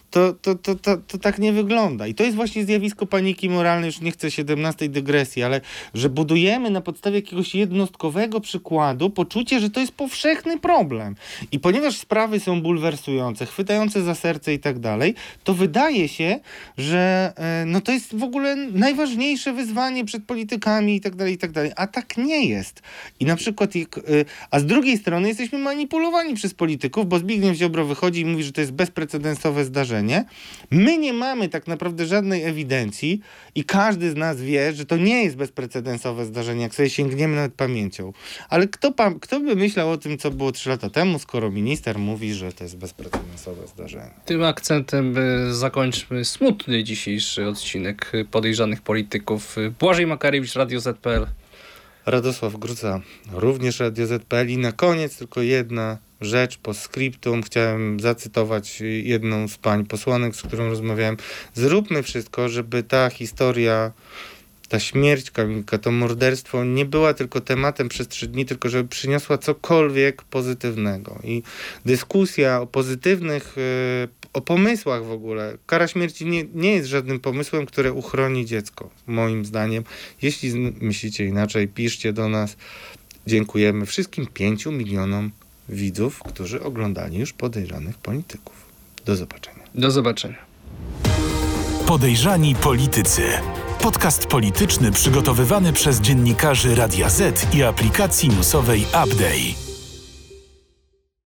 to tak nie wygląda. I to jest właśnie zjawisko paniki moralnej, już nie chcę 17 dygresji, ale że budujemy na podstawie jakiegoś jednostkowego przykładu poczucie, że to jest powszechny problem. I ponieważ sprawy są bulwersujące, chwytające za serce i tak dalej, to wydaje się, że no to jest w ogóle najważniejsze wyzwanie przed politykami i tak dalej, a tak nie jest. I na przykład, a z drugiej strony jesteśmy manipulowani przez polityków, bo Zbigniew Ziobro wychodzi i mówi, że to jest bezprecedensowe zdarzenie. My nie mamy tak naprawdę żadnej ewidencji i każdy z nas wie, że to nie jest bezprecedensowe zdarzenie, jak sobie sięgniemy nawet pamięcią. Ale kto by myślał o tym, co było 3 lata temu, skoro minister mówi, że to jest bezprecedensowe zdarzenie? Tym akcentem zakończmy smutny dzisiejszy odcinek Podejrzanych Polityków. Błażej Makarewicz, Radio Z.pl. Radosław Gruca, również Radio Z.pl. I na koniec tylko jedna rzecz postscriptum. Chciałem zacytować jedną z pań posłanek, z którą rozmawiałem. Zróbmy wszystko, żeby ta historia, ta śmierć Kamilka, to morderstwo nie była tylko tematem przez 3 dni, tylko żeby przyniosła cokolwiek pozytywnego. I dyskusja o pozytywnych o pomysłach w ogóle. Kara śmierci nie jest żadnym pomysłem, który uchroni dziecko, moim zdaniem. Jeśli myślicie inaczej, piszcie do nas. Dziękujemy wszystkim 5 milionom widzów, którzy oglądali już Podejrzanych Polityków. Do zobaczenia. Do zobaczenia. Podejrzani Politycy. Podcast polityczny przygotowywany przez dziennikarzy Radia Z i aplikacji newsowej Update.